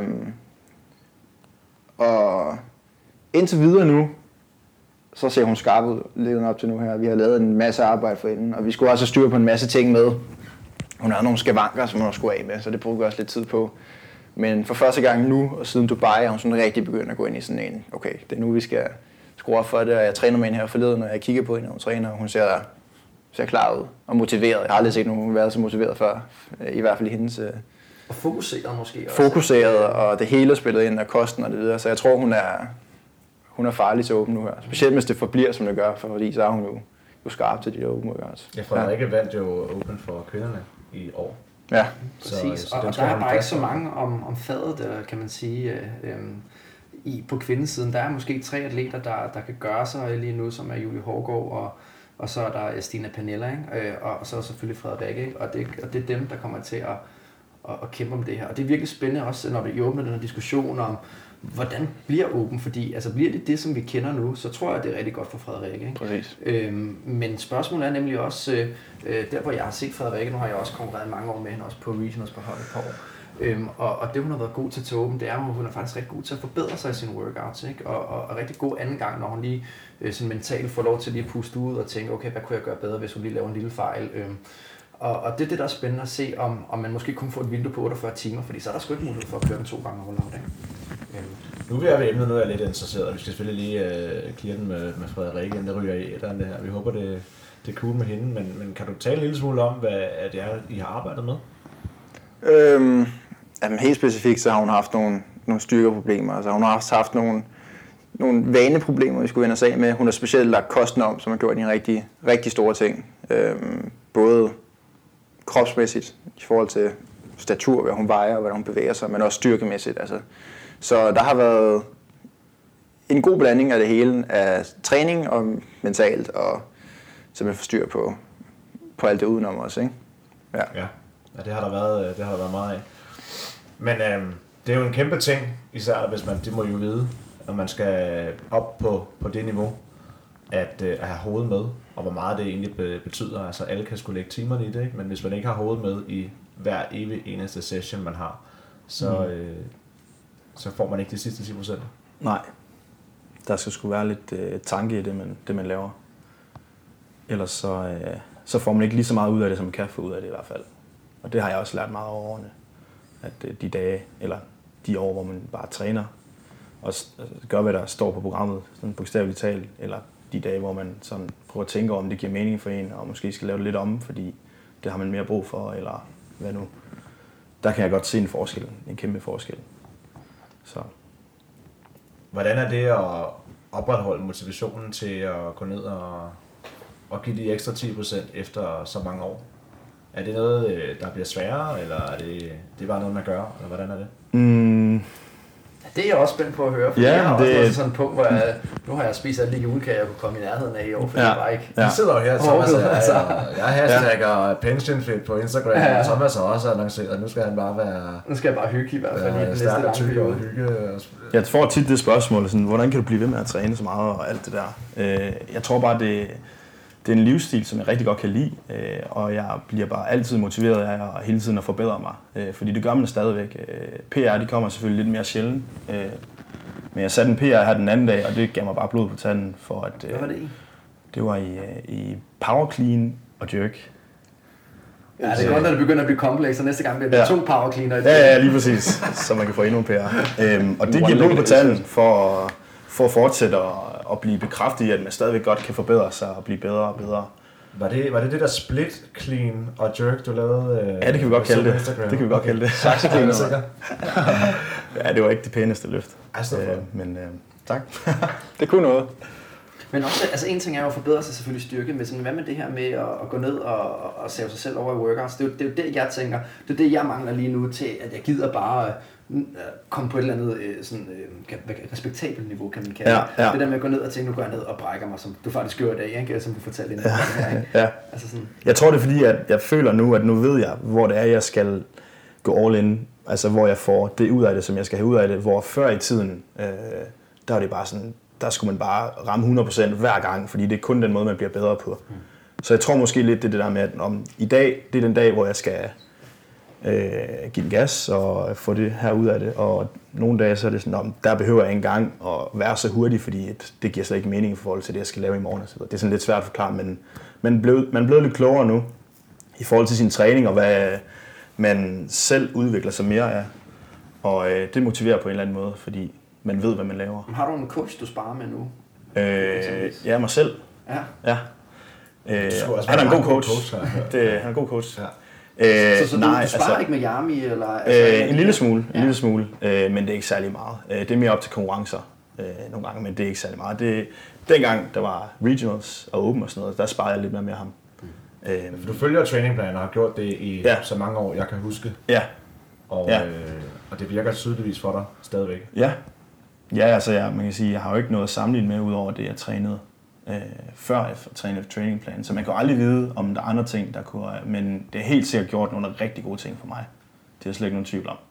Og indtil videre nu, så ser hun skarp ud, lidt op til nu her. Vi har lavet en masse arbejde for hende, og vi skulle også have styr på en masse ting med. Hun havde nogle skavanker, som hun skulle af med, så det brugte vi også lidt tid på. Men for første gang nu, og siden Dubai, er hun sådan rigtig begyndt at gå ind i sådan en, okay, det er nu, vi skal skrue op for det, og jeg træner med hende her forleden, når jeg kigger på hende, og hun træner, og hun ser klar ud og motiveret. Jeg har aldrig set nogen være så motiveret før, i hvert fald i hendes... Og fokuseret måske også. Fokuseret, og det hele er spillet ind af kosten og det videre, så jeg tror, hun er farlig til Open nu her. Specielt hvis det forbliver, som det gør, fordi så er hun jo skarp til de der Open-udgørelser. Ja, Frederikke vandt jo Open for kvinderne i år. Ja. Præcis, så og der er bare ikke så mange om fadet, der, kan man sige, på kvindesiden. Der er måske 3 atleter, der kan gøre sig lige nu, som er Julie Hårgaard, og så er der Stina Pernilla, ikke? Og så er selvfølgelig Frederikke, ikke? Og det er dem, der kommer til at kæmpe om det her. Og det er virkelig spændende også, når vi åbner den her diskussion om, hvordan bliver Open? Fordi altså, bliver det, som vi kender nu, så tror jeg, det er rigtig godt for Frederikke. Ikke? Præcis. Men spørgsmålet er nemlig også, der hvor jeg har set Frederikke, nu har jeg også konkurreret mange år med hende, også på regionals på holdet på år. Og det hun har været god til Open, det er, at hun er faktisk rigtig god til at forbedre sig i sine workouts. Ikke? Og rigtig god anden gang, når hun lige sådan mentalt får lov til lige at puste ud og tænke, okay, hvad kunne jeg gøre bedre, hvis hun lige laver en lille fejl. Og det er det, der er spændende at se, om man måske kun får et vindue på 48 timer, fordi så er der sgu ikke mulighed for at køre den 2 gange rollout. Nu er vi ved emnet, nu er jeg lidt interesseret, og vi skal selvfølgelig lige clear den med Frederikke, inden det ryger i et eller andet her. Vi håber, det er cool med hende, men kan du tale en lille smule om, hvad det er, I har arbejdet med? Jamen, helt specifikt, så har hun haft nogle styrkeproblemer. Altså, hun har haft nogle vaneproblemer, vi skulle vende os af med. Hun har specielt lagt kosten om, som har gjort en rigtig, rigtig store ting. Både kropsmæssigt, i forhold til statur, hvad hun vejer, hvad hun bevæger sig, men også styrkemæssigt. Altså. Så der har været en god blanding af det hele, af træning og mentalt, og simpelthen få styr på alt det udenom os, ikke? Ja, det har der været meget af. Men det er jo en kæmpe ting, især hvis man, det må jo vide, når man skal op på det niveau, at have hovedet med, og hvor meget det egentlig betyder. Altså alle kan skulle lægge timerne i det, ikke? Men hvis man ikke har hovedet med i hver evig eneste session, man har, så får man ikke de sidste 10%. Nej. Der skal sgu være lidt tanke i det, man laver. Ellers så får man ikke lige så meget ud af det, som man kan få ud af det i hvert fald. Og det har jeg også lært meget over årene. At de dage, eller de år, hvor man bare træner, og gør, hvad der står på programmet, sådan bogstaveligt talt, eller de dage, hvor man sådan prøver at tænke om, det giver mening for en, og måske skal lave det lidt om, fordi det har man mere brug for, eller hvad nu. Der kan jeg godt se en kæmpe forskel. Så. Hvordan er det at opretholde motivationen til at gå ned og give de ekstra 10% efter så mange år? Er det noget, der bliver sværere, eller er det bare noget, man gør, eller hvordan er det? Det er jeg også spændt på at høre, for jeg har også nået sådan et punkt, hvor nu har jeg spist alle de julekager, jeg kunne komme i nærheden af i år, for det var ikke... Vi sidder jo her, Thomas, jeg hashtagger pensionfit på Instagram, og Thomas har også annonceret, og nu skal han bare være... Nu skal jeg bare hygge i hvert fald i den næste lange periode. Jeg får tit det spørgsmål, sådan, hvordan kan du blive ved med at træne så meget og alt det der? Jeg tror bare, det er en livsstil, som jeg rigtig godt kan lide, og jeg bliver bare altid motiveret af at hele tiden at forbedre mig, fordi det gør man stadigvæk. PR, de kommer selvfølgelig lidt mere sjældent, men jeg satte en PR her den anden dag, og det gav mig bare blod på tanden for at... Hvad var det i? Det var i power clean og jerk. Ja, det er godt, når det begynder at blive kompleks, og næste gang bliver det 2 power cleaner. Ja, lige præcis, så man kan få endnu en PR. Og det giver blod på tanden for at fortsætte og blive bekræftet i, at man stadigvæk godt kan forbedre sig og blive bedre og bedre. Var det der split clean og jerk, du lavede? Ja, det kan vi godt kalde det. Det kan vi godt kalde det. Saxeclean. Ja, det var ikke det pæneste løft. Men tak. Det kunne noget. Men også, altså en ting er jo at forbedre sig selvfølgelig styrke, men sådan, hvad med det her med at gå ned og save sig selv over i workouts? Det er jo det, jeg tænker. Det er det, jeg mangler lige nu til, at jeg gider bare komme på et eller andet respektabelt niveau, kan man kalde det. Ja. Det der med at gå ned og tænke, nu går jeg ned og brækker mig, som du faktisk gjorde i dag, ikke? Som du fortalte inden. Ja. Altså sådan. Jeg tror det er fordi, at jeg føler nu, at nu ved jeg, hvor det er, jeg skal gå all in. Altså hvor jeg får det ud af det, som jeg skal have ud af det. Hvor før i tiden, der var det bare sådan, der skulle man bare ramme 100% hver gang, fordi det er kun den måde, man bliver bedre på. Så jeg tror måske lidt, det der med, at i dag, det er den dag, hvor jeg skal give den gas og få det her ud af det. Og nogle dage, så er det sådan, der behøver jeg ikke engang at være så hurtig, fordi det giver slet ikke mening i forhold til det, jeg skal lave i morgen. Det er sådan lidt svært at forklare, men man er blevet lidt klogere nu i forhold til sin træning, og hvad man selv udvikler sig mere af. Og det motiverer på en eller anden måde, fordi man ved, hvad man laver. Har du en coach, du sparer med nu? Ja, mig selv. Ja. Han er en god coach. Han er en god coach. Ja. Så du sparer ikke med Yami? Eller, en lille smule, men det er ikke særlig meget. Det er mere op til konkurrencer nogle gange, men det er ikke særlig meget. Dengang der var regionals og open og sådan noget, der sparede jeg lidt mere med ham. Du følger trainingplaner og har gjort det i så mange år, jeg kan huske. Ja. Og det virker tydeligvis for dig stadigvæk. Ja, altså man kan sige, jeg har jo ikke noget at sammenligne med, udover det, jeg trænede før jeg trænede trainingplanen. Så man kan jo aldrig vide, om der er andre ting, der kunne... Men det er helt sikkert gjort nogle rigtig gode ting for mig. Det er slet ikke nogen tvivl om.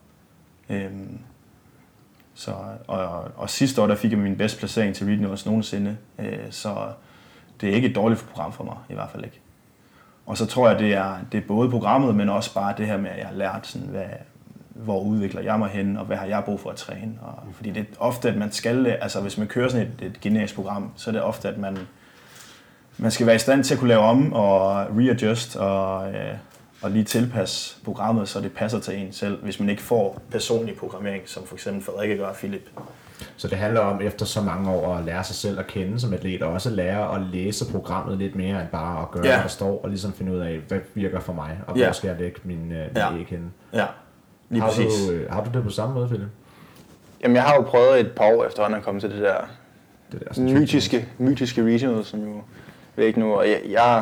Og sidste år, der fik jeg min bedste placering til regionals nogensinde. Så det er ikke et dårligt program for mig, i hvert fald ikke. Og så tror jeg, det er både programmet, men også bare det her med, at jeg har lært, sådan, hvor udvikler jeg mig hen, og hvad har jeg brug for at træne. Fordi det er ofte, at man skal, altså hvis man kører sådan et generisk program, så er det ofte, at man skal være i stand til at kunne lave om og readjust og lige tilpasse programmet, så det passer til en selv, hvis man ikke får personlig programmering, som for eksempel Frederikke gør Philip. Så det handler om efter så mange år at lære sig selv at kende som atlet, og også lære at læse programmet lidt mere end bare at gøre, hvad der står, og ligesom finde ud af, hvad virker for mig, og hvor skal jeg lægge min æg henne. Ja. Har du det på samme måde, Philip? Jamen, jeg har jo prøvet et par år efterhånden at komme til det der mytiske regional, som jo væk nu. Og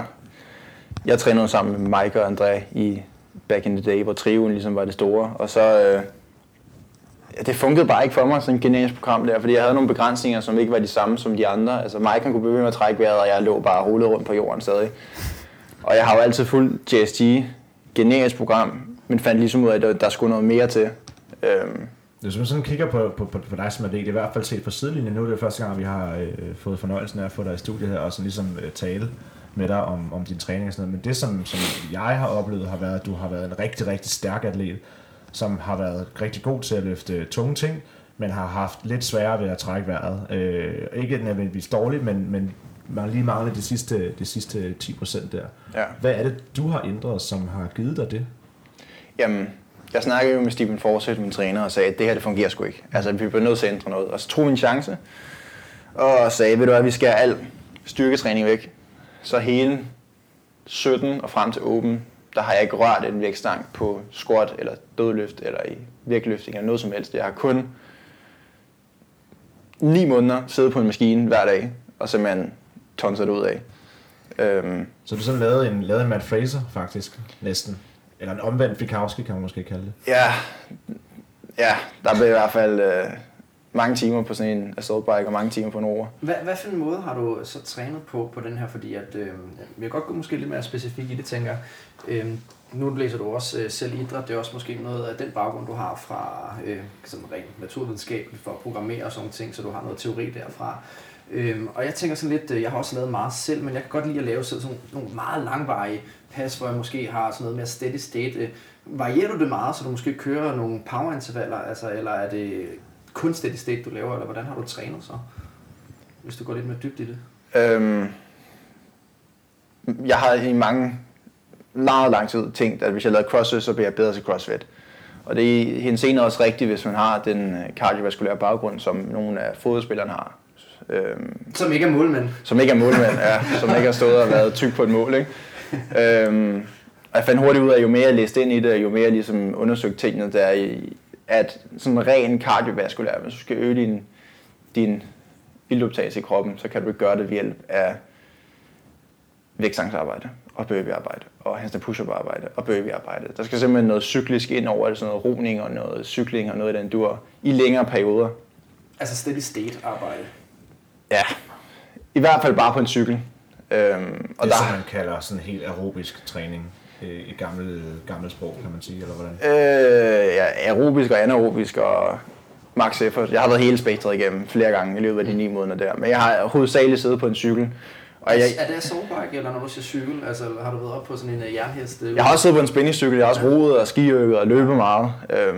jeg trænede sammen med Mike og André i back in the day, hvor trioen ligesom var det store. Og så det fungerede bare ikke for mig, sådan et generisk program der, fordi jeg havde nogle begrænsninger, som ikke var de samme som de andre. Altså Mike han kunne blive ved med at trække vejret, og jeg lå bare rullet rundt på jorden stadig. Og jeg har jo altid fulgt JSG, generisk program, men fandt ligesom ud af, at der skulle noget mere til. Hvis man sådan kigger på dig som atlet, i hvert fald set på sidelinjen, nu er det første gang, vi har fået fornøjelsen af at få dig i studiet her, og sådan ligesom tale med dig om din træning og sådan noget. Men det, som jeg har oplevet, har været, at du har været en rigtig, rigtig stærk atlet, som har været rigtig god til at løfte tunge ting, men har haft lidt sværere ved at trække vejret. Ikke nødvendigvis dårligt, men man lige mangler de sidste 10% der. Ja. Hvad er det, du har ændret, som har givet dig det? Jamen, jeg snakkede jo med Stephen Forsett, min træner, og sagde, at det her, det fungerer sgu ikke. Altså, vi bliver nødt til at ændre noget. Og så tog vi en chance, og sagde, ved du hvad, vi skal al styrketræning væk. Så hele 17 og frem til open, der har jeg ikke rørt en vægtstang på squat, eller dødløft, eller i vægtløftning, eller noget som helst. Jeg har kun 9 måneder sidde på en maskine hver dag, og simpelthen tonser det ud af. Så du sådan lavede en Matt Fraser faktisk, næsten? Eller en omvendt Fikowski, kan man måske kalde det. Ja, der blev i hvert fald mange timer på sådan en assault bike, og mange timer på en roer. Hvad for en måde har du så trænet på den her? Fordi at, vi kan godt gå måske lidt mere specifikt i det, tænker jeg. Nu læser du også selv idræt. Det er også måske noget af den baggrund, du har fra sådan rent naturvidenskabeligt for at programmere og sådan ting, så du har noget teori derfra. Og jeg tænker sådan lidt, jeg har også lavet meget selv, men jeg kan godt lide at lave sådan nogle meget langvarige pas, hvor jeg måske har sådan noget mere steady state. Varierer du det meget, så du måske kører nogle powerintervaller, altså, eller er det kun steady state, du laver, eller hvordan har du trænet så? Hvis du går lidt mere dybt i det. Jeg har i lang tid tænkt, at hvis jeg lavede CrossFit, så bliver jeg bedre til CrossFit. Og det er i hendes senere også rigtigt, hvis man har den kardiovaskulære baggrund, som nogle af fodboldspillerne har. Som ikke er målmænd. Som ikke er målmænd, ja. Som ikke har stået og været tyk på et mål, ikke? Og jeg fandt hurtigt ud af, jo mere jeg læste ind i det, jo mere jeg ligesom undersøgte tingene, der i, at sådan ren kardiovaskulær, hvis du skal øge din iltoptagelse i kroppen, så kan du ikke gøre det ved hjælp af vægtstangarbejde og burpeearbejde og handstand push-up arbejde og burpeearbejde. Der skal simpelthen noget cyklisk ind over det, sådan noget roning og noget cykling og noget af den dur i længere perioder. Altså steady state arbejde. Ja, i hvert fald bare på en cykel. Og det er som man kalder sådan helt aerobisk træning i gammel sprog, kan man sige, eller hvordan? Ja, aerobisk og anaerobisk og max effort. Jeg har været hele spektret igennem flere gange i løbet af de 9 måneder der, men jeg har hovedsageligt siddet på en cykel. Og er det soulbike, eller når du siger cykel? Altså har du været op på sådan en jernhest? Jeg har også siddet på en spinningscykel, jeg har også roet og skiøvet og løbet meget.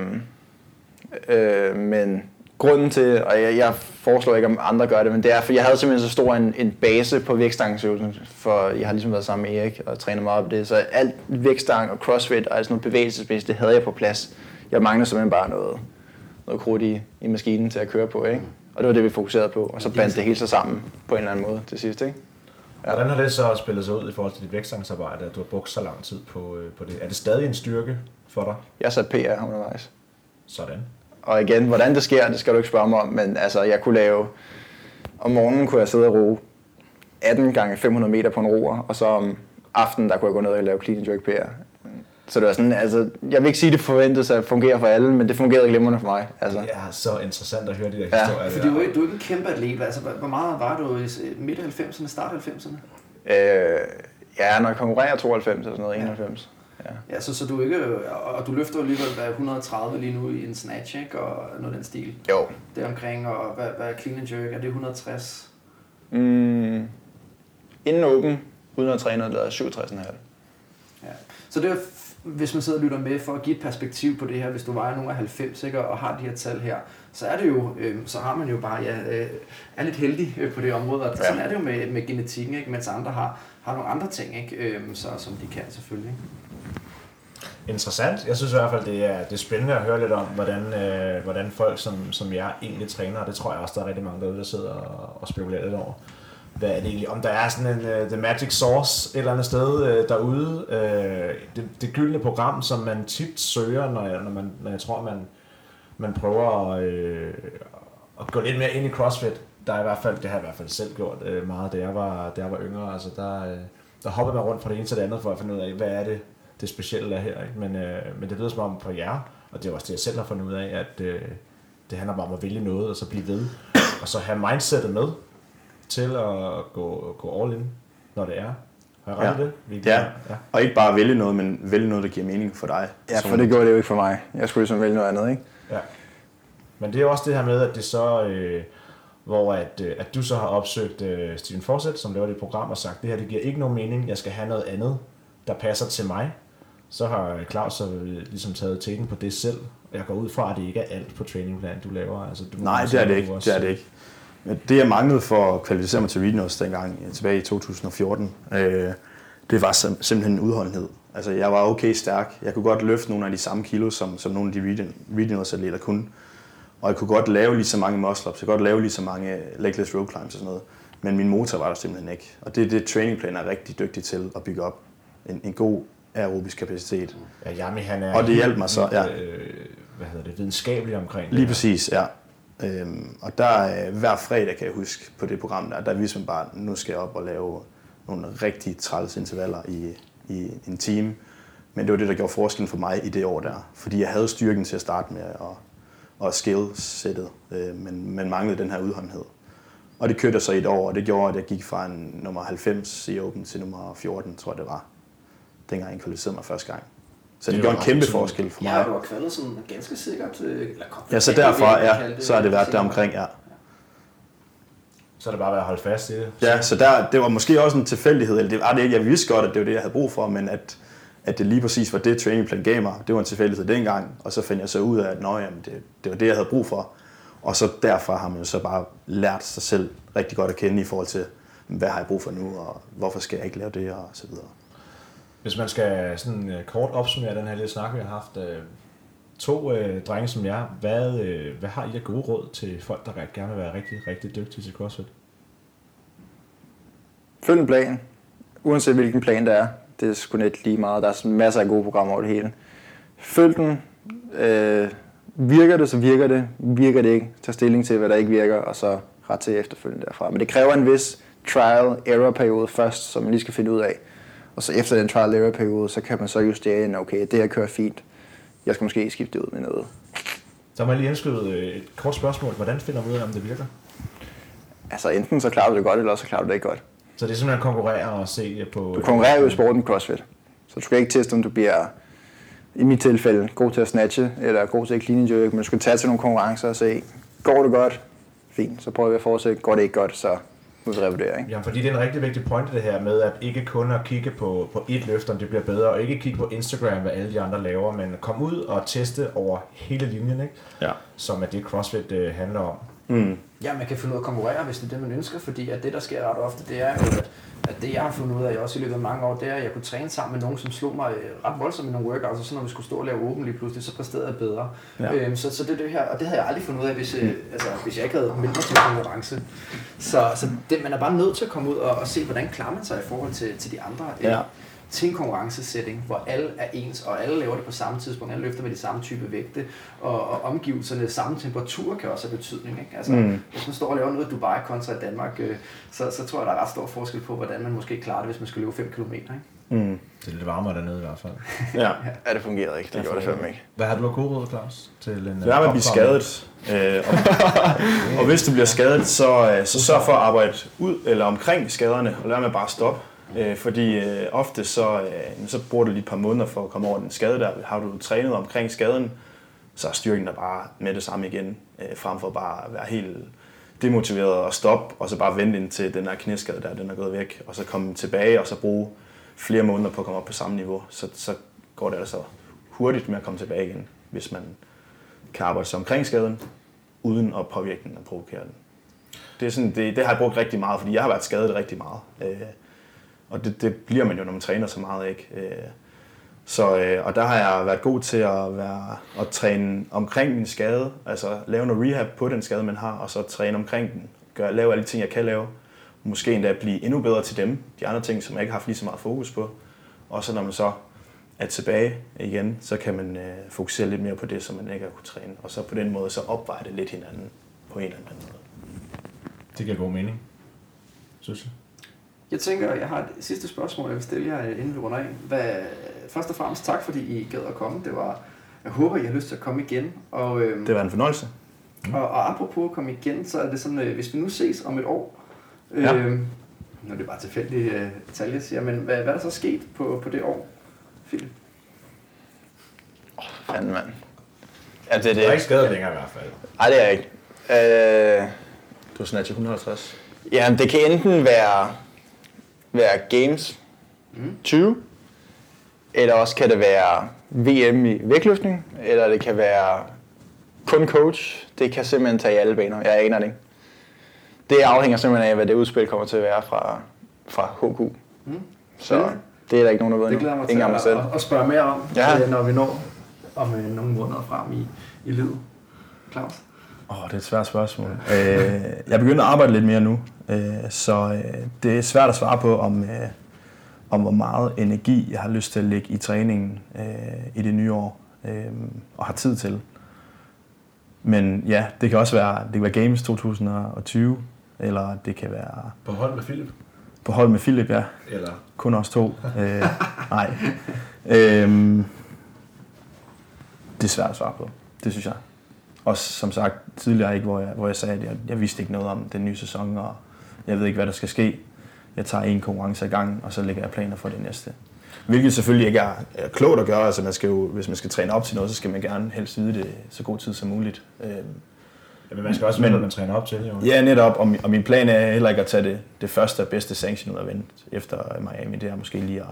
Men grunden til, og jeg foreslår ikke, om andre gør det, men det er, for jeg havde simpelthen så stor en base på vægtstangsøvelsen, for jeg har ligesom været sammen med Erik og trænet meget op det, så alt vægtstang og crossfit og sådan noget bevægelsesmæssigt, det havde jeg på plads. Jeg manglede simpelthen bare noget krudt i maskinen til at køre på, ikke? Og det var det, vi fokuserede på, og så bandt det hele sig sammen på en eller anden måde til sidst, ikke? Ja. Hvordan har det så spillet sig ud i forhold til dit vægtstangsarbejde, at du har brugt så lang tid på det? Er det stadig en styrke for dig? Jeg har sat PR undervejs. Sådan. Og igen, hvordan det sker, det skal du ikke spørge mig om, men altså, jeg kunne lave... Om morgenen kunne jeg sidde og roe 18 gange 500 meter på en roer, og så om aftenen, der kunne jeg gå ned og lave clean and jerk PR. Så det var sådan, altså, jeg vil ikke sige, at det forventes at fungere for alle, men det fungerede glimrende for mig. Altså. Det er så interessant at høre de der historier. Fordi du er ikke en kæmpe atlet, altså hvor meget var du i midt 90'erne, start 90'erne? Ja, når jeg konkurrerer 92 og sådan noget, 91. Ja, så du ikke, og du løfter alligevel 130 lige nu i en snatch, ikke? Og noget af den stil. Jo. Det omkring, og hvad er clean and jerk? Er det 160? Inden åben, uden at træne, der er 67,5. Ja. Så det er, hvis man sidder og lytter med for at give et perspektiv på det her, hvis du vejer nogle af 90, ikke, og har de her tal her, så er det jo, så har man jo bare, er lidt heldig på det område, og sådan er det jo med genetikken, ikke, mens andre har nogle andre ting, ikke, så, som de kan selvfølgelig. Interessant. Jeg synes i hvert fald, det er spændende at høre lidt om, hvordan folk som jeg egentlig træner, og det tror jeg også, der er rigtig mange derude, der sidder og spekulerer lidt over. Hvad er det egentlig? Om der er sådan en the magic source et eller andet sted derude. Det gyldne program, som man tit søger, når jeg tror, man prøver at gå lidt mere ind i CrossFit. Der er i hvert fald, det har jeg i hvert fald selv gjort meget, da jeg var yngre. Altså der hopper man rundt fra det ene til det andet for at finde ud af, hvad er det specielle er her. Ikke? Men det lyder som om på jer, og det er også det, jeg selv har fundet ud af, at det handler bare om at vælge noget, og så blive ved. Og så have mindsetet med til at gå all in, når det er. Har jeg ret i det? Ja, og ikke bare vælge noget, men vælge noget, der giver mening for dig. Ja, for det gjorde det jo ikke for mig. Jeg skulle ligesom vælge noget andet, ikke? Ja. Men det er jo også det her med, at det så... hvor at du så har opsøgt Steven Forsett, som laver det program, og sagt, det her det giver ikke nogen mening, jeg skal have noget andet, der passer til mig. Så har Claus så ligesom taget teten på det selv. Jeg går ud fra, at det ikke er alt på trainingplan, du laver. Altså, Nej, det er det ikke. Det er det ikke. Det jeg manglede for at kvalificere mig til Regionals dengang, tilbage i 2014, det var simpelthen udholdenhed. Altså, jeg var okay stærk. Jeg kunne godt løfte nogle af de samme kilo, som nogle af de Regionals-atleter kunne. Og jeg kunne godt lave lige så mange muscle-ups, jeg kunne godt lave lige så mange legless rope climbs og sådan noget. Men min motor var der simpelthen ikke. Og det er det, trainingplan er rigtig dygtig til at bygge op. En god aerobisk kapacitet. Ja, Jami, han er og det hjalp mig så, ja. Videnskabelig omkring det. Lige præcis, ja. Og der hver fredag, kan jeg huske, på det program der viste man bare, nu skal jeg op og lave nogle rigtig træls intervaller i en time. Men det var det, der gjorde forskellen for mig i det år der. Fordi jeg havde styrken til at starte med og skillsettet, men manglede den her udholdenhed. Og det kørte så i et år, og det gjorde, at jeg gik fra en nummer 90 i Open til nummer 14, tror jeg det var, dengang jeg kvalificerede mig første gang. Så det gjorde en kæmpe forskel for mig. Ja, du har kvalet sådan ganske sikkert. Ja, så derfra, så har det været der omkring, ja. Så er det bare at holde fast i det. Ja, så det var måske også en tilfældighed, eller det var det ikke. Jeg vidste godt, at det var det, jeg havde brug for, men at det lige præcis var det, trainingplan gav mig. Det var en tilfældighed dengang, og så fandt jeg så ud af, at det var det, jeg havde brug for. Og så derfra har man jo så bare lært sig selv rigtig godt at kende i forhold til, hvad har jeg brug for nu, og hvorfor skal jeg ikke lave det, og så videre. Hvis man skal sådan kort opsummere den her lille snak, vi har haft. To drenge som jer, hvad har I af gode råd til folk, der gerne vil være rigtig, rigtig dygtige til CrossFit? Følg en plan, uanset hvilken plan det er. Det er sgu net lige meget. Der er masser af gode programmer over det hele. Følg den. Virker det, så virker det. Virker det ikke, tag stilling til, hvad der ikke virker, og så ret til efterfølgende derfra. Men det kræver en vis trial-error-periode først, som man lige skal finde ud af. Og så efter den trial-error-periode, så kan man så justere ind, okay, det her kører fint. Jeg skal måske skifte det ud med noget. Så må jeg lige indskyde et kort spørgsmål. Hvordan finder man ud af, om det virker? Altså enten så klarer du det godt, eller så klarer du det ikke godt. Så det er simpelthen at konkurrere og se på... Du konkurrerer jo i sporten CrossFit. Så du skal ikke teste, om du bliver, i mit tilfælde, god til at snatche, eller god til at clean and jerk, men du skal tage til nogle konkurrencer og se, går det godt? Fint, så prøver vi at fortsætte. Går det ikke godt, så må vi revurdere, ikke? Ja, fordi det er en rigtig vigtig point det her med, at ikke kun at kigge på et løft, om det bliver bedre, og ikke kigge på Instagram, hvad alle de andre laver, men komme ud og teste over hele linjen, ikke? Ja. Som er det CrossFit handler om. Ja, man kan finde ud af at konkurrere, hvis det er det, man ønsker, fordi at det, der sker ret ofte, det er jo, at det, jeg har fundet ud af, også i løbet af mange år, det er, at jeg kunne træne sammen med nogen, som slog mig ret voldsomt i nogle workouts, og så når vi skulle stå og lave åben lige pludselig, så præsterede jeg bedre. Ja. Så det er det her, og det havde jeg aldrig fundet ud af, hvis jeg ikke havde meldt mig til konkurrence. Så man er bare nødt til at komme ud og se, hvordan klarer man sig i forhold til de andre. Ja. Til en konkurrencesetting, hvor alle er ens, og alle laver det på samme tidspunkt, alle løfter med de samme type vægte, og omgivelserne, samme temperatur kan også have betydning. Ikke? Altså, hvis man står og laver noget i Dubai kontra i Danmark, så tror jeg, der er ret stor forskel på, hvordan man måske klarer det, hvis man skal løbe 5 km. Ikke? Det er lidt varmere dernede i hvert fald. Ja, det fungerede ikke. Det gjorde det fandme ikke. Hvad har du af gode råd, Claus? Til en det er med at blive skadet. Og hvis du bliver skadet, så sørg for at arbejde ud eller omkring skaderne, og lad med bare stoppe. Fordi ofte så bruger du lige et par måneder for at komme over den skade der. Har du trænet omkring skaden, så er styrken der bare med det samme igen, frem for bare at være helt demotiveret og stoppe, og så bare vente indtil den her knæskade der, den er gået væk, og så komme tilbage, og så bruge flere måneder på at komme op på samme niveau. Så går det altså hurtigt med at komme tilbage igen, hvis man kan arbejde sig omkring skaden, uden at påvirke den og provokere den. Det er sådan, det har jeg brugt rigtig meget, fordi jeg har været skadet rigtig meget. Og det bliver man jo, når man træner så meget, ikke? Og der har jeg været god til at træne omkring min skade, altså lave noget rehab på den skade, man har, og så træne omkring den. Lave alle de ting, jeg kan lave. Måske endda blive endnu bedre til dem, de andre ting, som jeg ikke har haft lige så meget fokus på. Og så når man så er tilbage igen, så kan man fokusere lidt mere på det, som man ikke har kunnet træne. Og så på den måde så opveje det lidt hinanden på en eller anden måde. Det giver god mening, synes jeg. Jeg tænker, jeg har et sidste spørgsmål, jeg vil stille jer, inden vi runder af. Først og fremmest tak, fordi I gad at komme. Jeg håber, I har lyst til at komme igen. Det var en fornøjelse. Og apropos at komme igen, så er det sådan, hvis vi nu ses om et år, nu er det bare tilfældigt tal, jeg siger, men hvad er der så sket på det år, Philip? Fanden, mand. Ja, det er Du er ikke skadet længere i hvert fald. Nej, det er jeg ikke. Du har snatchet 150. Ja, det kan enten være Games 20, eller også kan det være VM i vægtløftning, eller det kan være kun coach. Det kan simpelthen tage i alle baner. Jeg aner det ikke. Det afhænger simpelthen af, hvad det udspil kommer til at være fra HQ. Så det er der ikke nogen, der ved nu. Det glæder mig til at spørge mere om, når vi når om nogle måneder frem i livet. Claus? Det er et svært spørgsmål. Jeg begynder at arbejde lidt mere nu, så det er svært at svare på, om hvor meget energi jeg har lyst til at lægge i træningen i det nye år, og har tid til. Men ja, det kan også være, det kan være Games 2020, eller det kan være... På hold med Philip? På hold med Philip, ja. Eller? Kun os to. Nej. Det er svært at svare på, det synes jeg. Også som sagt tidligere, ikke, hvor jeg sagde, at jeg vidste ikke noget om den nye sæson, og jeg ved ikke, hvad der skal ske. Jeg tager en konkurrence i gang, og så lægger jeg planer for det næste. Hvilket selvfølgelig ikke er klogt at gøre. Altså man skal jo, hvis man skal træne op til noget, så skal man gerne helst vide det så god tid som muligt. Ja, men man skal også vide, hvad man træner op til. Jo. Ja, netop. Og min plan er heller ikke at tage det første og bedste sanction ud af vente efter Miami. Det er måske lige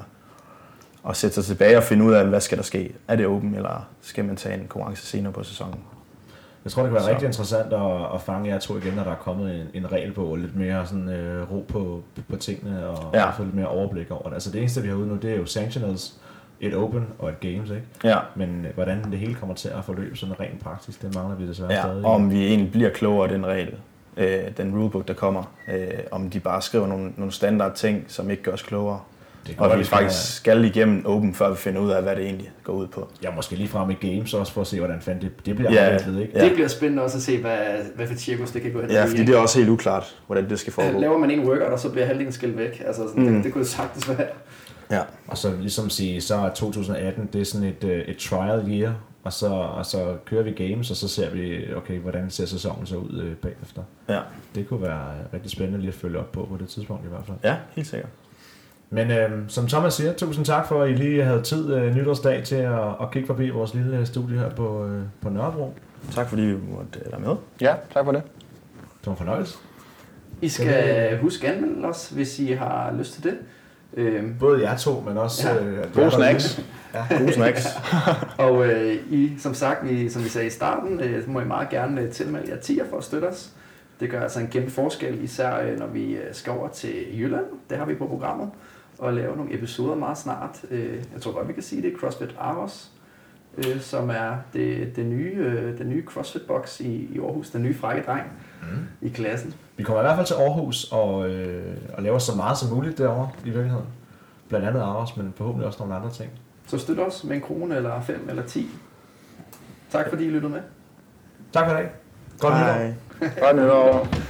at sætte sig tilbage og finde ud af, hvad skal der ske. Er det åben, eller skal man tage en konkurrence senere på sæsonen? Jeg tror, det kan være rigtig interessant at fange jer to igen, når der er kommet en regelbog og lidt mere sådan, ro på tingene og få lidt mere overblik over det. Altså det eneste, vi har ude nu, det er jo sanctionals, et open og et games, ikke? Ja. Men hvordan det hele kommer til at forløbe sådan rent praktisk, det mangler vi desværre stadig. Og om vi egentlig bliver klogere af den regel, den rulebook, der kommer. Om de bare skriver nogle standard ting, som ikke gør os klogere. Og vi faktisk skal igennem åben, før vi finder ud af, hvad det egentlig går ud på. Ja, måske lige frem i games også, for at se, hvordan det bliver afviklet, ikke? Ja. Det bliver spændende også at se, hvad for cirkus det kan gå hen. Ja, fordi det er også helt uklart, hvordan det skal foregå. Laver man en workout, og så bliver halvdelen skilt væk. Altså, sådan, det kunne sagtens være. Ja. Og så ligesom sige, så er 2018, det er sådan et trial year, og så kører vi games, og så ser vi, okay, hvordan ser sæsonen så ud bagefter. Ja. Det kunne være rigtig spændende lige at følge op på det tidspunkt i hvert fald. Ja, helt sikkert. Men som Thomas siger, tusind tak for, at I lige havde tid nytårsdag til at kigge forbi vores lille studie her på Nørrebro. Tak fordi vi måtte være med. Ja, tak for det. Det var en fornøjelse. I skal huske anmelde os, hvis I har lyst til det. Både jer to, men også... Gode snacks. Gode snacks. Og I, som sagt, som vi sagde i starten, må I meget gerne tilmelde jer tier for at støtte os. Det gør altså en kæmpe forskel, især når vi skal over til Jylland. Det har vi på programmet. Og lave nogle episoder meget snart. Jeg tror godt, vi kan sige det. CrossFit Aarhus, som er den nye CrossFit Box i Aarhus. Den nye frække dreng i klassen. Vi kommer i hvert fald til Aarhus og laver så meget som muligt derovre i virkeligheden. Blandt andet Aarhus, men forhåbentlig også nogle andre ting. Så støt os med 1 krone eller 5 eller 10. Tak fordi I lyttede med. Tak for i dag. Godt nytår. Godt nytår.